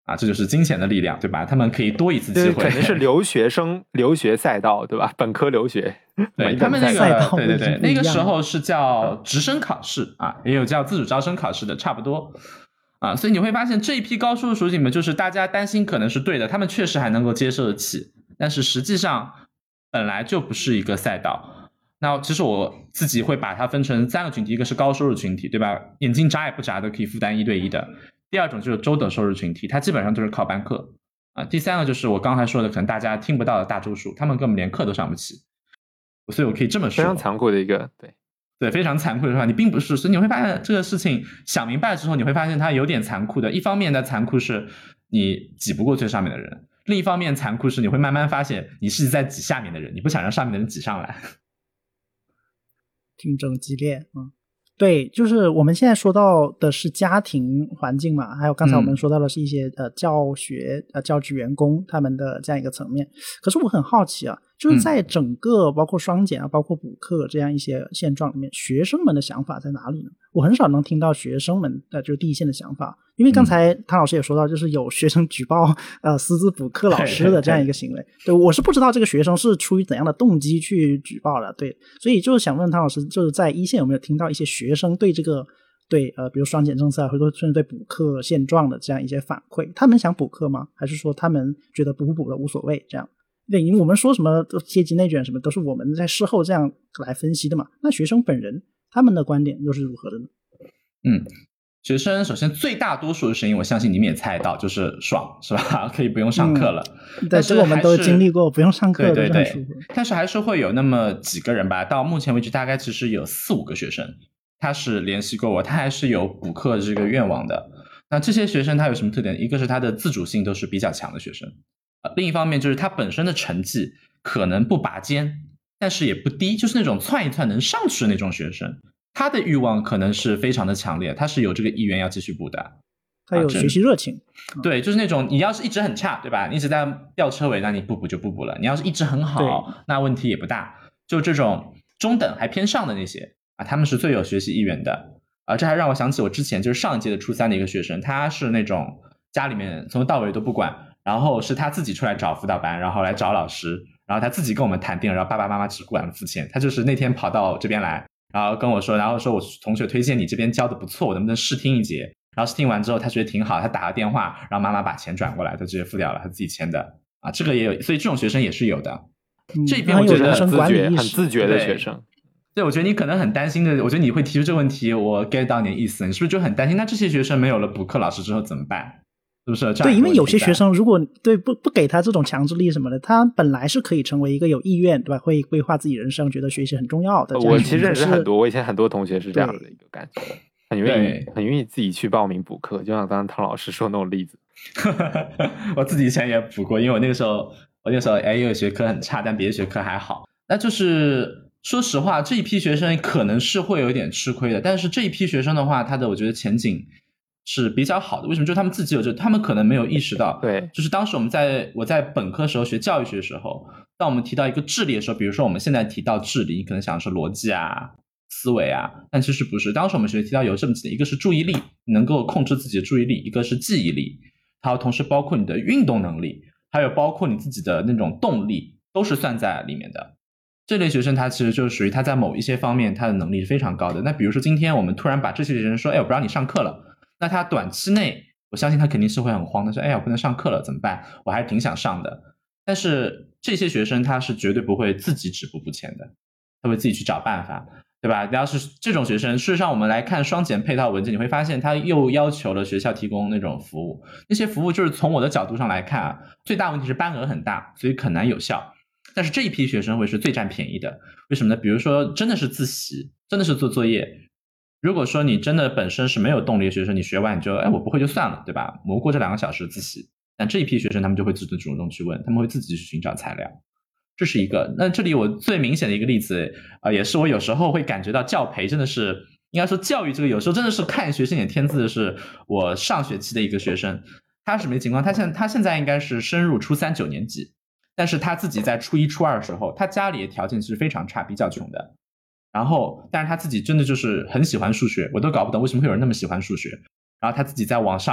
S2: 啊，这就是金钱的力量，对吧？他们可以多一次机会，
S4: 肯定是留学生留学赛道，对吧？本科留学，
S2: 对他们那
S3: 赛道
S2: 个，对对对，那个时候是叫直升考试啊，也有叫自主招生考试的，差不多啊。所以你会发现这一批高收入属于你们，就是大家担心可能是对的，他们确实还能够接受得起，但是实际上本来就不是一个赛道。那其实我自己会把它分成三个群体，一个是高收入群体，对吧？眼睛眨也不眨都可以负担一对一的。第二种就是中等收入群体，它基本上都是靠班课啊。第三个就是我刚才说的，可能大家听不到的大多数，他们根本连课都上不起。所以我可以这么说，
S4: 非常残酷的一个，对
S2: 对，非常残酷的说法，你并不是，所以你会发现这个事情想明白之后，你会发现它有点残酷的。一方面的残酷是你挤不过最上面的人，另一方面残酷是你会慢慢发现你是在挤下面的人，你不想让上面的人挤上来。
S3: 竞争激烈，嗯，对，就是我们现在说到的是家庭环境嘛，还有刚才我们说到的是一些、嗯、呃教学呃教职员工他们的这样一个层面。可是我很好奇啊，就是在整个包括双减啊、包括补课这样一些现状里面，学生们的想法在哪里呢？我很少能听到学生们的就是第一线的想法，因为刚才汤老师也说到，就是有学生举报呃私自补课老师的这样一个行为。对，我是不知道这个学生是出于怎样的动机去举报的。对，所以就是想问汤老师，就是在一线有没有听到一些学生对这个对呃比如双减政策或者说甚至对补课现状的这样一些反馈？他们想补课吗？还是说他们觉得补不补的无所谓这样？对，因为我们说什么阶级内卷什么都是我们在事后这样来分析的嘛。那学生本人他们的观点又是如何的呢？
S2: 嗯，学生首先最大多数的声音，我相信你们也猜到，就是爽，是吧？可以不用上课了。
S3: 嗯、但是我们都经历过不用上课的，
S2: 对对对。但是还是会有那么几个人吧，到目前为止大概其实有四五个学生，他是联系过我，他还是有补课这个愿望的。那这些学生他有什么特点？一个是他的自主性都是比较强的学生。呃、另一方面就是他本身的成绩可能不拔尖，但是也不低，就是那种窜一窜能上去的那种学生，他的欲望可能是非常的强烈，他是有这个意愿要继续补的，
S3: 他有学习热情、
S2: 啊、对，就是那种你要是一直很差，对吧，你一直在吊车尾，那你不补就不补了，你要是一直很好，那问题也不大，就这种中等还偏上的那些啊，他们是最有学习意愿的啊。这还让我想起我之前就是上一届的初三的一个学生，他是那种家里面从头到尾都不管，然后是他自己出来找辅导班，然后来找老师，然后他自己跟我们谈定，然后爸爸妈妈只管付钱，他就是那天跑到这边来，然后跟我说，然后说我同学推荐你这边教的不错，我能不能试听一节，然后试听完之后他觉得挺好，他打个电话让妈妈把钱转过来，他直接付掉了，他自己签的啊，这个也有，所以这种学生也是有的、嗯、这边我觉得
S4: 很自觉很自觉的学生。
S2: 对，我觉得你可能很担心的，我觉得你会提出这个问题，我 get 到你的意思，你是不是就很担心那这些学生没有了补课老师之后怎么办，是不是这样？
S3: 对，因为有些学生如果对不不给他这种强制力什么的，他本来是可以成为一个有意愿，对吧？会规划自己人生，觉得学习很重要的。
S4: 我其实认识很多，我以前很多同学是这样的一个感觉，很愿意很愿意自己去报名补课，就像刚刚汤老师说的那种例子。
S2: 我自己以前也补过，因为我那个时候我那个时候哎有学科很差，但别的学科还好。那就是说实话，这一批学生可能是会有点吃亏的，但是这一批学生的话，他的我觉得前景是比较好的。为什么？就是他们自己有这，他们可能没有意识到，
S4: 对，
S2: 就是当时我们在我在本科时候学教育学的时候，当我们提到一个智力的时候，比如说我们现在提到智力，你可能想的是逻辑啊、思维啊，但其实不是。当时我们学提到有这么几点，一个是注意力，能够控制自己的注意力；一个是记忆力，还有同时包括你的运动能力，还有包括你自己的那种动力，都是算在里面的。这类学生他其实就属于他在某一些方面他的能力是非常高的。那比如说今天我们突然把这些学生说，哎，我不让你上课了，那他短期内我相信他肯定是会很慌的，说哎呀我不能上课了怎么办，我还挺想上的。但是这些学生他是绝对不会自己止步不前的，他会自己去找办法，对吧？要是这种学生，事实上我们来看双减配套文件，你会发现他又要求了学校提供那种服务，那些服务就是从我的角度上来看啊，最大问题是班额很大，所以很难有效。但是这一批学生会是最占便宜的，为什么呢？比如说真的是自习，真的是做作业，如果说你真的本身是没有动力的学生，你学完你就哎我不会就算了，对吧？磨过这两个小时自习。但这一批学生他们就会自己主动去问，他们会自己去寻找材料，这是一个。那这里我最明显的一个例子啊、呃，也是我有时候会感觉到教培真的是，应该说教育这个有时候真的是看学生眼天字的，是我上学期的一个学生，他是什么情况？他现在他现在应该是升入初三九年级，但是他自己在初一初二的时候，他家里的条件是非常差，比较穷的。然后但是他自己真的就是很喜欢数学，我都搞不懂为什么会有人那么喜欢数学。然后他自己在网上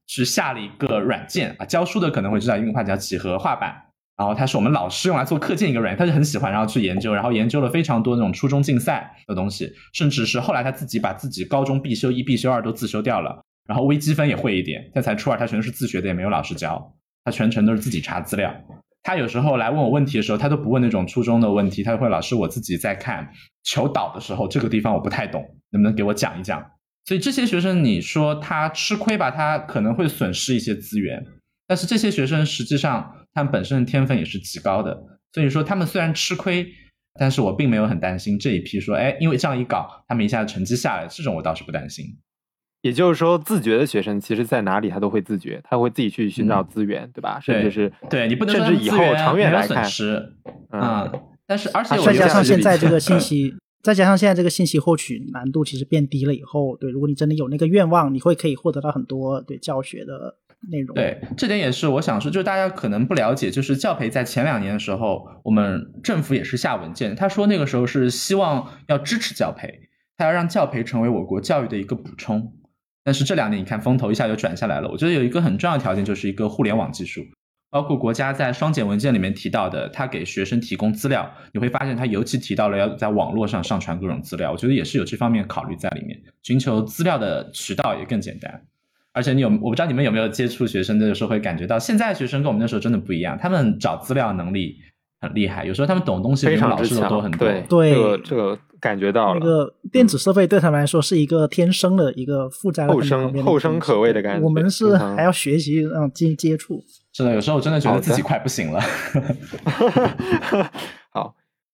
S2: 去下了一个软件啊，教书的可能会知道一个话叫几何画板，然后它是我们老师用来做课件一个软件，他就很喜欢，然后去研究，然后研究了非常多那种初中竞赛的东西，甚至是后来他自己把自己高中必修一必修二都自修掉了，然后微积分也会一点，但才初二他全是自学的，也没有老师教，他全程都是自己查资料。他有时候来问我问题的时候，他都不问那种初中的问题，他会老师我自己在看求导的时候，这个地方我不太懂，能不能给我讲一讲。所以这些学生你说他吃亏吧，他可能会损失一些资源，但是这些学生实际上他们本身的天分也是极高的，所以说他们虽然吃亏，但是我并没有很担心这一批说哎，因为这样一搞他们一下子成绩下来，这种我倒是不担心。
S4: 也就是说自觉的学生其实在哪里他都会自觉，他会自己去寻找资源、嗯、对吧？甚至是
S2: 对你不能说
S4: 甚至以后长远来看
S2: 嗯，但是而且
S3: 再加上现在这个信息再加上现在这个信息获取难度其实变低了以后，对，如果你真的有那个愿望，你会可以获得到很多对教学的内容。
S2: 对，这点也是我想说，就是大家可能不了解，就是教培在前两年的时候，我们政府也是下文件，他说那个时候是希望要支持教培，他要让教培成为我国教育的一个补充。但是这两年你看风头一下就转下来了，我觉得有一个很重要的条件就是一个互联网技术，包括国家在双减文件里面提到的，他给学生提供资料，你会发现他尤其提到了要在网络上上传各种资料，我觉得也是有这方面考虑在里面，寻求资料的渠道也更简单。而且你有我不知道你们有没有接触学生的时候会感觉到，现在学生跟我们那时候真的不一样，他们找资料能力很厉害，有时候他们懂东西比老师都多很多。
S4: 对
S3: 对，
S4: 这个这个感觉到了。
S3: 那个电子设备对他们来说是一个天生的一个附加的
S4: 后生后生可畏的感觉。
S3: 我们是还要学习让接接触。
S2: 是的，有时候我真的觉得自己快不行了。
S4: 好。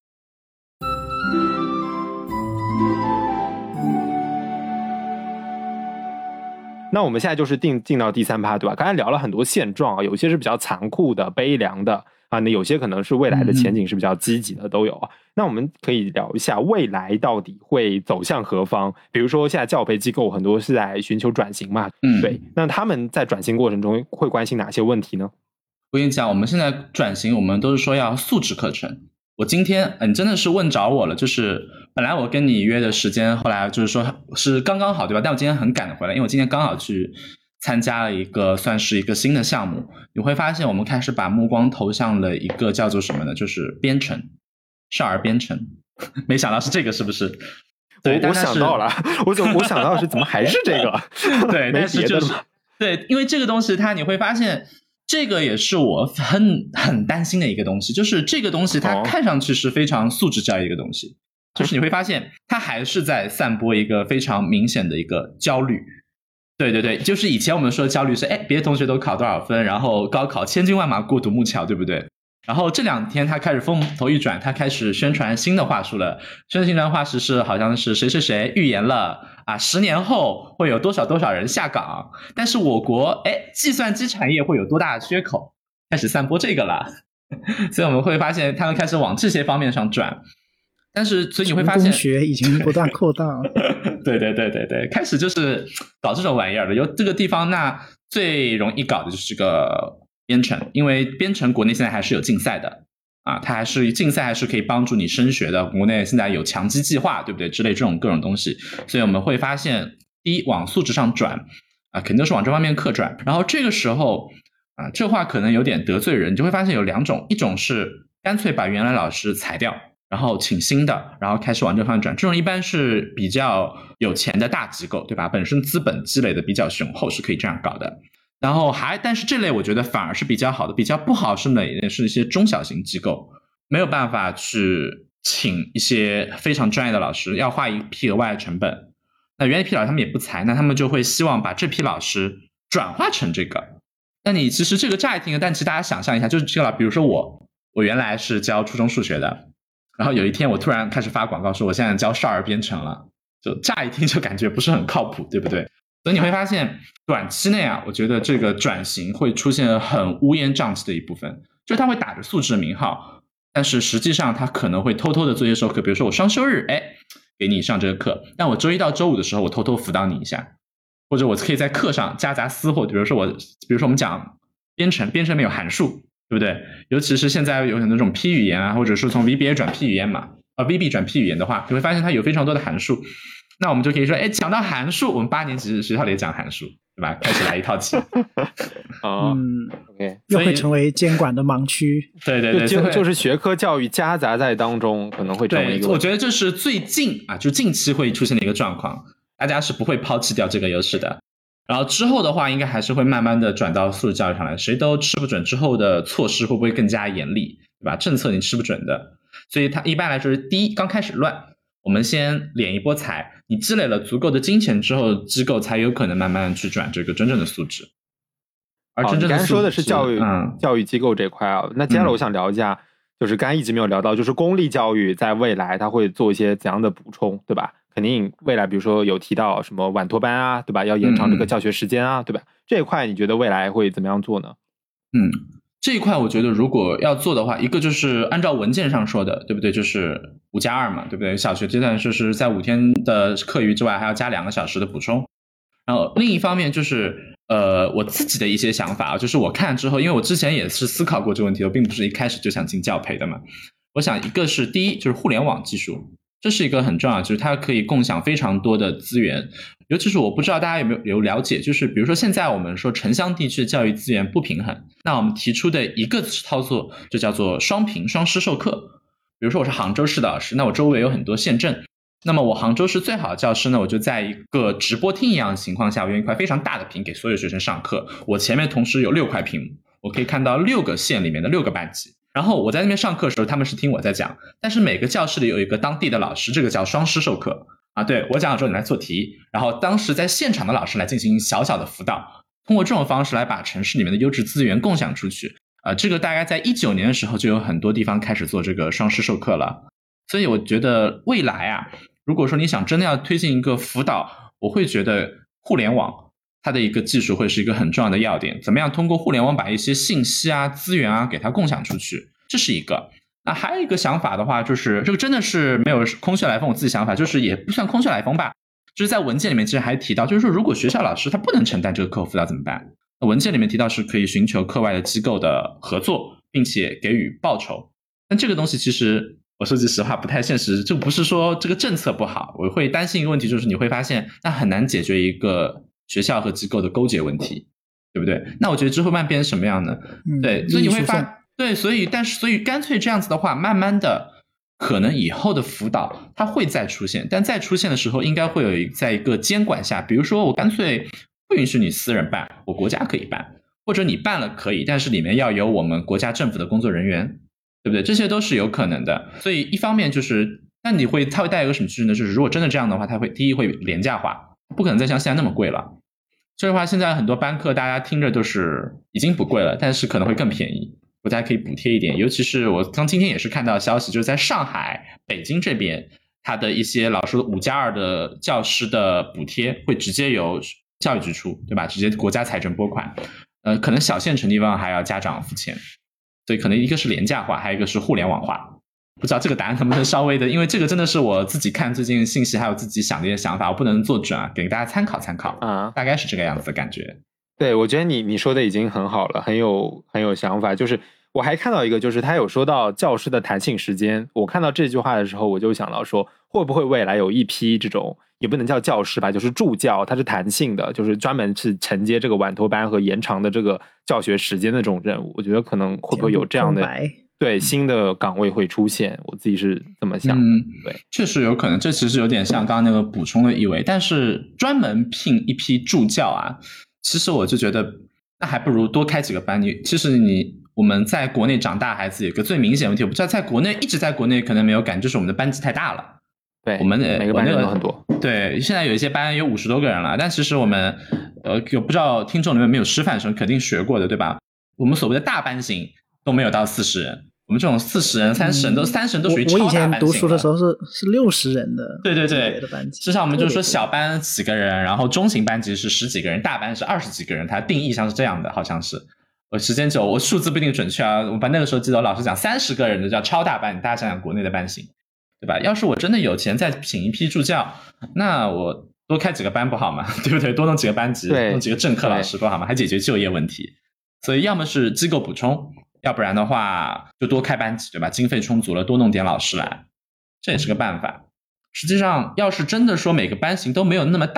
S4: 那我们现在就是进进到第三趴，对吧？刚才聊了很多现状啊，有些是比较残酷的、悲凉的啊，那有些可能是未来的前景是比较积极的，都有啊。那我们可以聊一下未来到底会走向何方？比如说现在教培机构很多是在寻求转型嘛，
S2: 嗯，
S4: 对。那他们在转型过程中会关心哪些问题呢？
S2: 我跟你讲，我们现在转型，我们都是说要素质课程。我今天你真的是问着我了，就是本来我跟你约的时间，后来就是说是刚刚好，对吧？但我今天很赶的回来，因为我今天刚好去参加了一个算是一个新的项目。你会发现我们开始把目光投向了一个叫做什么呢？就是编程，少儿编程。没想到是这个，是不是？对，
S4: 我, 我想到了，我怎么我想到的是怎么还是这个？
S2: 对，但是就是对，因为这个东西它你会发现。这个也是我很很担心的一个东西，就是这个东西它看上去是非常素质教育一个东西，哦、就是你会发现它还是在散播一个非常明显的一个焦虑。对对对，就是以前我们说的焦虑是，哎，别的同学都考多少分，然后高考千军万马过独木桥，对不对？然后这两天他开始风头一转，他开始宣传新的话术了。宣传话术是好像是谁谁谁预言了啊，十年后会有多少多少人下岗，但是我国哎计算机产业会有多大的缺口，开始散播这个了。所以我们会发现他们开始往这些方面上转。但是所以你会发现
S3: 工学已经不断扩大。
S2: 对对对对对，开始就是搞这种玩意儿了。有这个地方，那最容易搞的就是这个编程，因为编程国内现在还是有竞赛的啊，它还是竞赛还是可以帮助你升学的。国内现在有强基计划，对不对？之类这种各种东西，所以我们会发现，第一往素质上转啊，肯定是往这方面课转。然后这个时候啊，这话可能有点得罪人，你就会发现有两种，一种是干脆把原来老师裁掉，然后请新的，然后开始往这方面转。这种一般是比较有钱的大机构，对吧？本身资本积累的比较雄厚，是可以这样搞的。然后还，但是这类我觉得反而是比较好的，比较不好是哪类？是一些中小型机构没有办法去请一些非常专业的老师，要花一批额外的成本。那原来一批老师他们也不裁，那他们就会希望把这批老师转化成这个。那你其实这个乍一听，但其实大家想象一下，就是这个，比如说我，我原来是教初中数学的，然后有一天我突然开始发广告说我现在教少儿编程了，就乍一听就感觉不是很靠谱，对不对？所以你会发现短期内啊，我觉得这个转型会出现很乌烟瘴气的一部分，就是他会打着素质名号，但是实际上他可能会偷偷的做一些授课，比如说我双休日哎给你上这个课，但我周一到周五的时候我偷偷辅导你一下，或者我可以在课上夹杂私货，比如说我比如说我们讲编程，编程没有函数，对不对？尤其是现在有很多种 P 语言啊，或者是从 V B A 转 P 语言嘛，啊 V B 转 P 语言的话，你会发现它有非常多的函数。那我们就可以说，哎，讲到函数，我们八年级学校里也讲函数， 对吧？开始来一套棋。
S4: 哦、
S3: 嗯
S4: ，OK，
S3: 又会成为监管的盲区。
S2: 对对对，
S4: 就就是学科教育夹杂在当中，可能会成为一个。
S2: 我觉得这是最近啊，就近期会出现的一个状况，大家是不会抛弃掉这个优势的。然后之后的话，应该还是会慢慢的转到素质教育上来，谁都吃不准之后的措施会不会更加严厉，对吧？政策你吃不准的，所以它一般来说是第一，刚开始乱，我们先敛一波财，你积累了足够的金钱之后，机构才有可能慢慢去转这个真正的素质。而真正的素质、
S4: 哦、你刚才说的是教育、
S2: 嗯、
S4: 教育机构这块啊，那接下来我想聊一下、嗯、就是刚才一直没有聊到，就是公立教育在未来它会做一些怎样的补充，对吧？肯定未来比如说有提到什么晚托班啊，对吧？要延长这个教学时间啊、嗯、对吧？这一块你觉得未来会怎么样做呢？
S2: 嗯，这一块我觉得如果要做的话，一个就是按照文件上说的，对不对？就是五加二嘛，对不对？小学阶段就是在五天的课余之外还要加两个小时的补充。然后另一方面就是呃我自己的一些想法，就是我看之后，因为我之前也是思考过这个问题，我并不是一开始就想进教培的嘛。我想一个是第一就是互联网技术，这是一个很重要，就是它可以共享非常多的资源。尤其是我不知道大家有没有有了解，就是比如说现在我们说城乡地区的教育资源不平衡，那我们提出的一个操作就叫做双评双师授课。比如说我是杭州市的老师，那我周围有很多县镇，那么我杭州市最好的教师呢，我就在一个直播厅一样的情况下，我用一块非常大的屏给所有学生上课，我前面同时有六块屏幕，我可以看到六个县里面的六个班级。然后我在那边上课的时候，他们是听我在讲，但是每个教室里有一个当地的老师，这个叫双师授课啊。对，我讲了之后你来做题，然后当时在现场的老师来进行小小的辅导，通过这种方式来把城市里面的优质资源共享出去。呃，这个大概在一九年的时候就有很多地方开始做这个双师授课了。所以我觉得未来啊，如果说你想真的要推进一个辅导，我会觉得互联网它的一个技术会是一个很重要的要点，怎么样通过互联网把一些信息啊资源啊给它共享出去，这是一个。那还有一个想法的话，就是这个真的是没有空穴来风，我自己想法就是也不算空穴来风吧，就是在文件里面其实还提到，就是说如果学校老师他不能承担这个课后辅导怎么办？文件里面提到是可以寻求课外的机构的合作，并且给予报酬。但这个东西其实我说句实话不太现实，这不是说这个政策不好，我会担心一个问题，就是你会发现那很难解决一个学校和机构的勾结问题，对不对？那我觉得之后慢变成什么样呢？嗯、对，所以你会发对，所以但是所以干脆这样子的话，慢慢的可能以后的辅导它会再出现，但再出现的时候应该会有一在一个监管下，比如说我干脆不允许你私人办，我国家可以办，或者你办了可以，但是里面要有我们国家政府的工作人员，对不对？这些都是有可能的。所以一方面就是那你会它会带一个什么趋势呢？就是如果真的这样的话，它会第一会廉价化，不可能再像现在那么贵了。所以的话现在很多班课大家听着都是已经不贵了，但是可能会更便宜，国家可以补贴一点。尤其是我刚今天也是看到消息，就是在上海北京这边，它的一些老师五加二的教师的补贴会直接由教育支出，对吧？直接国家财政拨款。呃，可能小县城地方还要家长付钱，所以可能一个是廉价化，还有一个是互联网化。不知道这个答案能不能稍微的，因为这个真的是我自己看最近信息还有自己想的一些想法，我不能做准啊，给大家参考参考啊，大概是这个样子的感觉。
S4: 对，我觉得你你说的已经很好了，很有很有想法。就是我还看到一个，就是他有说到教师的弹性时间。我看到这句话的时候，我就想到说，会不会未来有一批这种也不能叫教师吧，就是助教，它是弹性的，就是专门是承接这个晚托班和延长的这个教学时间的这种任务。我觉得可能会不会有这样的对新的岗位会出现，我自己是这么想的。
S2: 嗯，
S4: 对，
S2: 确实有可能，这其实有点像刚刚那个补充的意味。但是专门聘一批助教啊，其实我就觉得那还不如多开几个班。你其实你我们在国内长大孩子有个最明显的问题，我不知道在国内一直在国内可能没有感觉，就是我们的班级太大了。
S4: 对，
S2: 我们
S4: 每个班人都很多。
S2: 对，现在有一些班有五十多个人了，但其实我们呃，有不知道听众里面没有师范生肯定学过的，对吧？我们所谓的大班型都没有到四十人。我们这种四十人、三十人都三十人都属于超大班型、
S3: 嗯、我, 我以前读书的时候是是六十人的，
S2: 对对对
S3: 的班级。
S2: 至少我们就是说小班几个人，然后中型班级是十几个人，大班是二十几个人，它定义上是这样的，好像是。我时间久，我数字不一定准确啊。我把那个时候记得我老师讲三十个人的叫超大班，大家想想国内的班型，对吧？要是我真的有钱再请一批助教，那我多开几个班不好吗？对不对？多弄几个班级，弄几个正课老师不好吗？还解决就业问题。所以要么是机构补充，要不然的话就多开班级，对吧？经费充足了，多弄点老师来，这也是个办法。实际上要是真的说每个班型都没有那么大，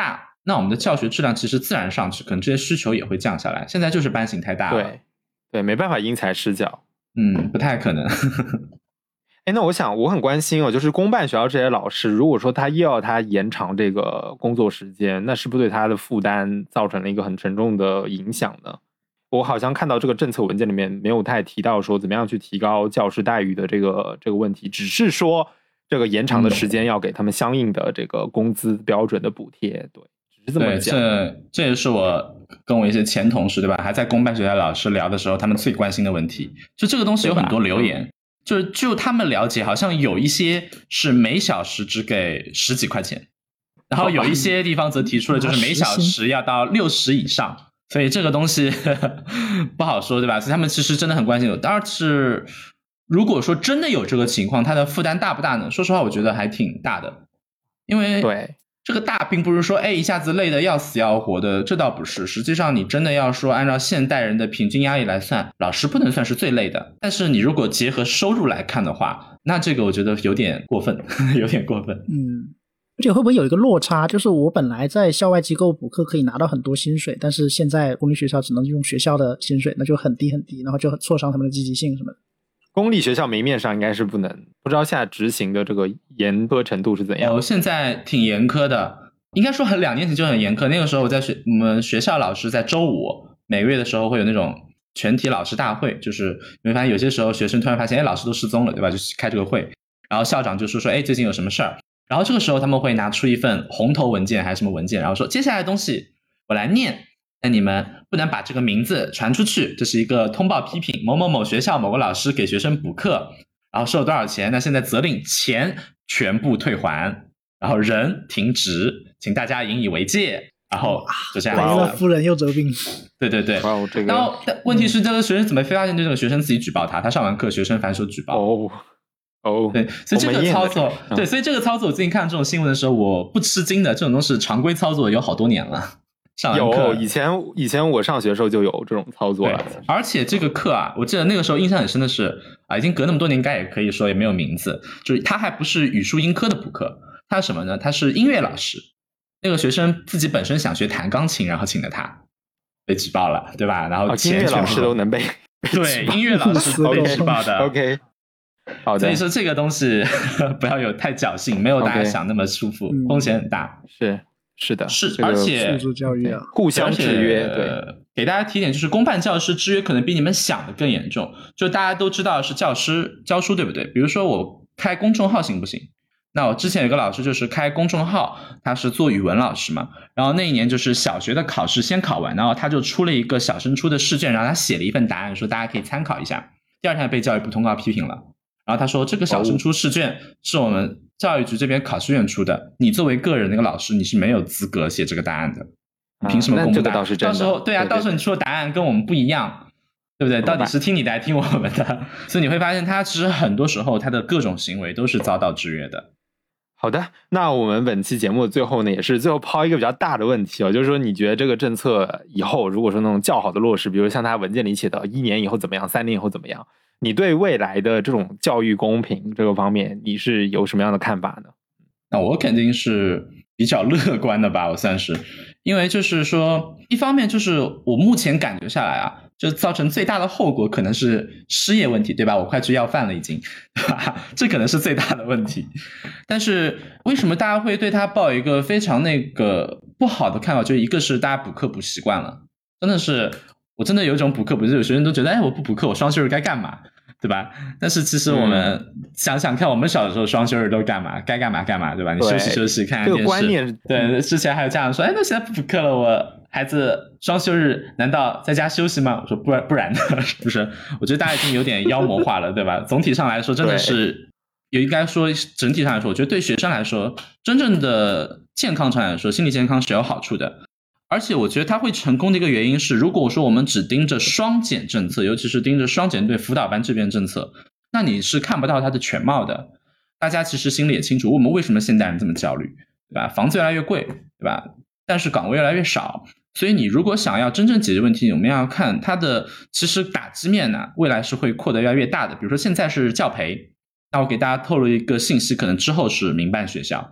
S2: 那我们的教学质量其实自然上去，可能这些需求也会降下来。现在就是班型太大了，
S4: 对对，没办法因材施教，
S2: 嗯，不太可能。
S4: 哎，那我想我很关心哦，就是公办学校这些老师，如果说他又要他延长这个工作时间，那是不是对他的负担造成了一个很沉重的影响呢？我好像看到这个政策文件里面没有太提到说怎么样去提高教师待遇的这个这个问题，只是说这个延长的时间要给他们相应的这个工资标准的补贴，对，只是这么讲。
S2: 对，这这也是我跟我一些前同事，对吧，还在公办学校老师聊的时候，他们最关心的问题。就这个东西有很多留言，就是就他们了解，好像有一些是每小时只给十几块钱，然后有一些地方则提出了就是每小时要到六十以上。所以这个东西呵呵不好说，对吧？所以他们其实真的很关心。当然是如果说真的有这个情况，它的负担大不大呢？说实话我觉得还挺大的，因为
S4: 对
S2: 这个大并不是说哎一下子累得要死要活的，这倒不是。实际上你真的要说按照现代人的平均压力来算，老师不能算是最累的，但是你如果结合收入来看的话，那这个我觉得有点过分有点过分。
S3: 嗯，而且会不会有一个落差，就是我本来在校外机构补课可以拿到很多薪水，但是现在公立学校只能用学校的薪水，那就很低很低，然后就很挫伤他们的积极性什么的。
S4: 公立学校明面上应该是不能，不知道现在执行的这个严苛程度是怎样。
S2: 哦，现在挺严苛的，应该说很两年前就很严苛。那个时候我在学我们学校老师在周五每个月的时候会有那种全体老师大会，就是你会发现有些时候学生突然发现哎老师都失踪了，对吧，就开这个会，然后校长就说说哎最近有什么事儿，然后这个时候他们会拿出一份红头文件还是什么文件，然后说接下来的东西我来念，那你们不能把这个名字传出去，这是一个通报批评某某某学校某个老师给学生补课，然后收了多少钱，那现在责令钱全部退还，然后人停职，请大家引以为戒，然后就这样子了。
S3: 夫人又折兵。
S2: 对对对，
S4: 哇，这个、
S2: 然后问题是这个学生怎么非发现这个学生自己举报他，他上完课学生反手举报。
S4: 哦哦，
S2: 对，所以这个操作，对，所以这个操作，我最近看这种新闻的时候，我不吃惊的，这种东西常规操作有好多年了。上完课
S4: 有以前以前我上学的时候就有这种操作了，
S2: 而且这个课啊，我记得那个时候印象很深的是啊，已经隔那么多年，应该也可以说也没有名字，就是他还不是语数英科的补课，他是什么呢？他是音乐老师，那个学生自己本身想学弹钢琴，然后请的他，被举报了，对吧？然后
S4: 音乐老师都能被
S2: 对音乐老师被举报的
S4: ，OK。好的，
S2: 所以说这个东西不要有太侥幸，没有大家想那么舒服，
S3: okay,
S2: 风险很大。
S4: 是是的，
S2: 是，
S4: 这个、
S2: 而且
S3: 素质教育啊，
S4: 互相制约。对，
S2: 给大家提点，就是公办教师制约可能比你们想的更严重。就大家都知道是教师教书，对不对？比如说我开公众号行不行？那我之前有个老师就是开公众号，他是做语文老师嘛，然后那一年就是小学的考试先考完，然后他就出了一个小升初的试卷，然后他写了一份答案，说大家可以参考一下。第二天被教育部通告批评了。然后他说这个小升初试卷是我们教育局这边考试院出的，你作为个人那个老师你是没有资格写这个答案的，你凭什么公布答案？
S4: 啊、这个倒是真的。
S2: 到时候对啊，对对对，到时候你出的答案跟我们不一样，对不对？到底是听你的还是听我们的？所以你会发现他其实很多时候他的各种行为都是遭到制约的。
S4: 好的，那我们本期节目最后呢，也是最后抛一个比较大的问题哦，就是说你觉得这个政策以后如果说那种较好的落实，比如像他文件里写的一年以后怎么样，三年以后怎么样，你对未来的这种教育公平这个方面你是有什么样的看法呢？
S2: 那我肯定是比较乐观的吧，我算是，因为就是说一方面就是我目前感觉下来啊，就造成最大的后果可能是失业问题，对吧？我快去要饭了已经，对吧？这可能是最大的问题。但是为什么大家会对他抱一个非常那个不好的看法？就一个是大家补课补习惯了，真的是我真的有一种补课补习，有学生都觉得哎，我不补课我双休日该干嘛，对吧？但是其实我们想想看，我们小的时候双休日都干嘛？该干嘛干嘛，对吧？你休息休息，看看电视。
S4: 这个观念，
S2: 对，之前还有家长说，哎，那现在不补课了，我孩子双休日难道在家休息吗？我说不然不然的，不是？我觉得大家已经有点妖魔化了，对吧？总体上来说，真的是有应该说整体上来说，我觉得对学生来说，真正的健康上来说，心理健康是有好处的。而且我觉得它会成功的一个原因是，如果说我们只盯着双减政策，尤其是盯着双减对辅导班这边政策，那你是看不到它的全貌的。大家其实心里也清楚，我们为什么现代人这么焦虑，对吧？房子越来越贵，对吧？但是岗位越来越少，所以你如果想要真正解决问题，我们要看它的其实打击面呢，未来是会扩得越来越大的。比如说现在是教培，那我给大家透露一个信息，可能之后是民办学校。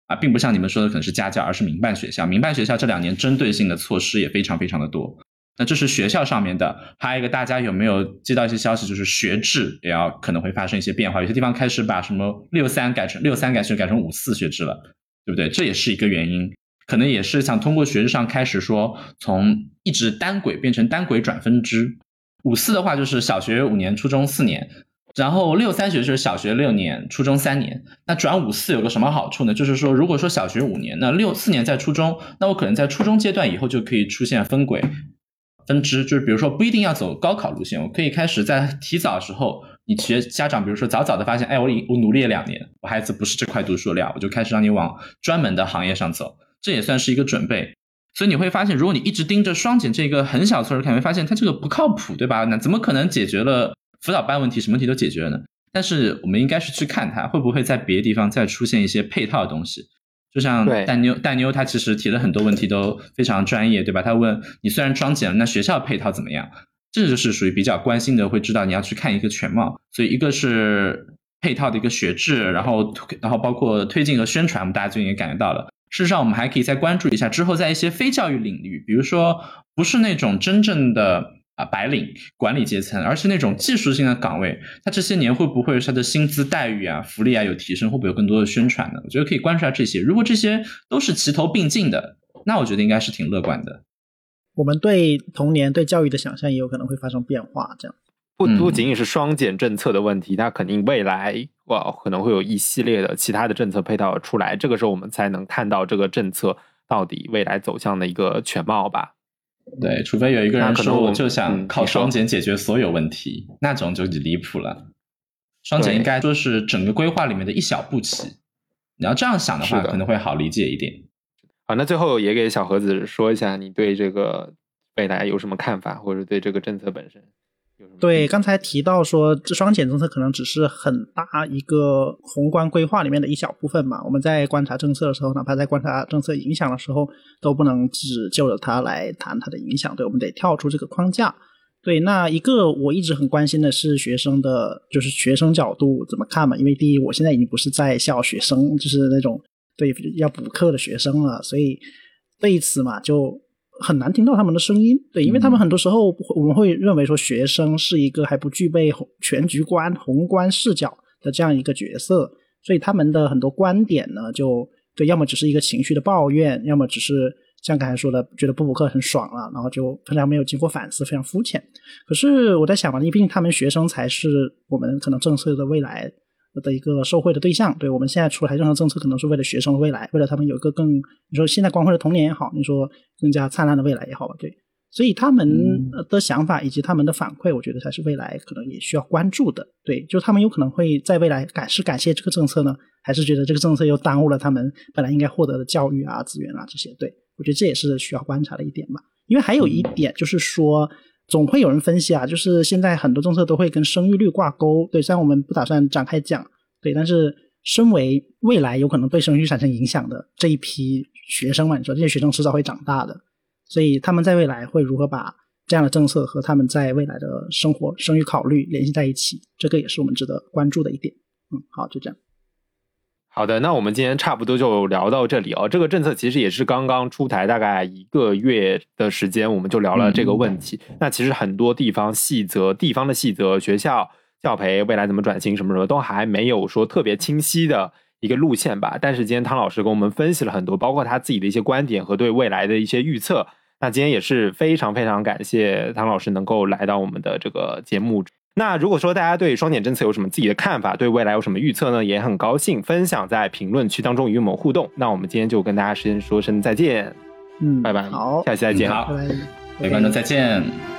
S2: 啊，并不像你们说的可能是家教，而是民办学校。民办学校这两年针对性的措施也非常非常的多。那这是学校上面的，还有一个大家有没有接到一些消息，就是学制也要可能会发生一些变化，有些地方开始把什么六三改成六三改成改成五四学制了，对不对？这也是一个原因，可能也是想通过学制上开始说从一直单轨变成单轨转分支。五四的话就是小学五年，初中四年，然后六三学就是小学六年，初中三年。那转五四有个什么好处呢？就是说如果说小学五年，那六四年在初中，那我可能在初中阶段以后就可以出现分轨分支，就是比如说不一定要走高考路线，我可以开始在提早的时候，你学家长比如说早早的发现，哎，我我努力了两年，我孩子不是这块读书料，我就开始让你往专门的行业上走，这也算是一个准备。所以你会发现，如果你一直盯着双减这个很小措施看，你会发现它这个不靠谱，对吧？那怎么可能解决了辅导班问题，什么问题都解决了呢？但是我们应该是去看它会不会在别的地方再出现一些配套的东西。就像蛋妞蛋妞他其实提了很多问题都非常专业，对吧？他问你虽然双减了，那学校配套怎么样？这就是属于比较关心的，会知道你要去看一个全貌。所以一个是配套的一个学制，然后然后包括推进和宣传，我们大家最近也感觉到了。事实上我们还可以再关注一下之后在一些非教育领域，比如说不是那种真正的啊白领管理阶层，而是那种技术性的岗位，它这些年会不会它的薪资待遇啊福利啊有提升，会不会有更多的宣传呢？我觉得可以关注下这些，如果这些都是齐头并进的，那我觉得应该是挺乐观的。
S3: 我们对童年对教育的想象也有可能会发生变化，这样
S4: 不不仅仅是双减政策的问题，它肯定未来哇可能会有一系列的其他的政策配套出来，这个时候我们才能看到这个政策到底未来走向的一个全貌吧。
S2: 对，除非有一个人说我就想靠双减解决所有问题，嗯、那种就离谱了。双减应该说是整个规划里面的一小步棋，你要这样想的话可能会好理解一点。
S4: 好，那最后也给小盒子说一下你对这个未来有什么看法，或者对这个政策本身。
S3: 对，刚才提到说这双减政策可能只是很大一个宏观规划里面的一小部分嘛，我们在观察政策的时候，哪怕在观察政策影响的时候，都不能只就着它来谈它的影响，对，我们得跳出这个框架。对，那一个我一直很关心的是学生的就是学生角度怎么看嘛，因为第一我现在已经不是在校学生，就是那种对要补课的学生了，所以对此嘛就很难听到他们的声音。对，因为他们很多时候我们会认为说学生是一个还不具备全局观宏观视角的这样一个角色，所以他们的很多观点呢就对，要么只是一个情绪的抱怨，要么只是像刚才说的觉得不补课很爽了，然后就非常没有经过反思，非常肤浅。可是我在想嘛，因为毕竟他们学生才是我们可能政策的未来的一个受惠的对象，对，我们现在出台任何政策可能是为了学生的未来，为了他们有一个更你说现在光辉的童年也好，你说更加灿烂的未来也好吧，对，所以他们的想法以及他们的反馈我觉得才是未来可能也需要关注的。对，就他们有可能会在未来感是感谢这个政策呢，还是觉得这个政策又耽误了他们本来应该获得的教育啊资源啊这些，对，我觉得这也是需要观察的一点吧。因为还有一点就是说总会有人分析啊，就是现在很多政策都会跟生育率挂钩，对，虽然我们不打算展开讲，对，但是身为未来有可能对生育率产生影响的这一批学生嘛，你说这些学生迟早会长大的，所以他们在未来会如何把这样的政策和他们在未来的生活生育考虑联系在一起，这个也是我们值得关注的一点。嗯，好，就这样。
S4: 好的，那我们今天差不多就聊到这里哦。这个政策其实也是刚刚出台，大概一个月的时间，我们就聊了这个问题。嗯、那其实很多地方细则、地方的细则、学校教培未来怎么转型什么什么，都还没有说特别清晰的一个路线吧。但是今天汤老师跟我们分析了很多，包括他自己的一些观点和对未来的一些预测。那今天也是非常非常感谢汤老师能够来到我们的这个节目。那如果说大家对双减政策有什么自己的看法，对未来有什么预测呢，也很高兴分享在评论区当中与我们互动。那我们今天就跟大家先说声再见，
S3: 嗯，
S4: 拜拜，
S3: 好，
S4: 下期再见，
S2: 好，各位观众再见。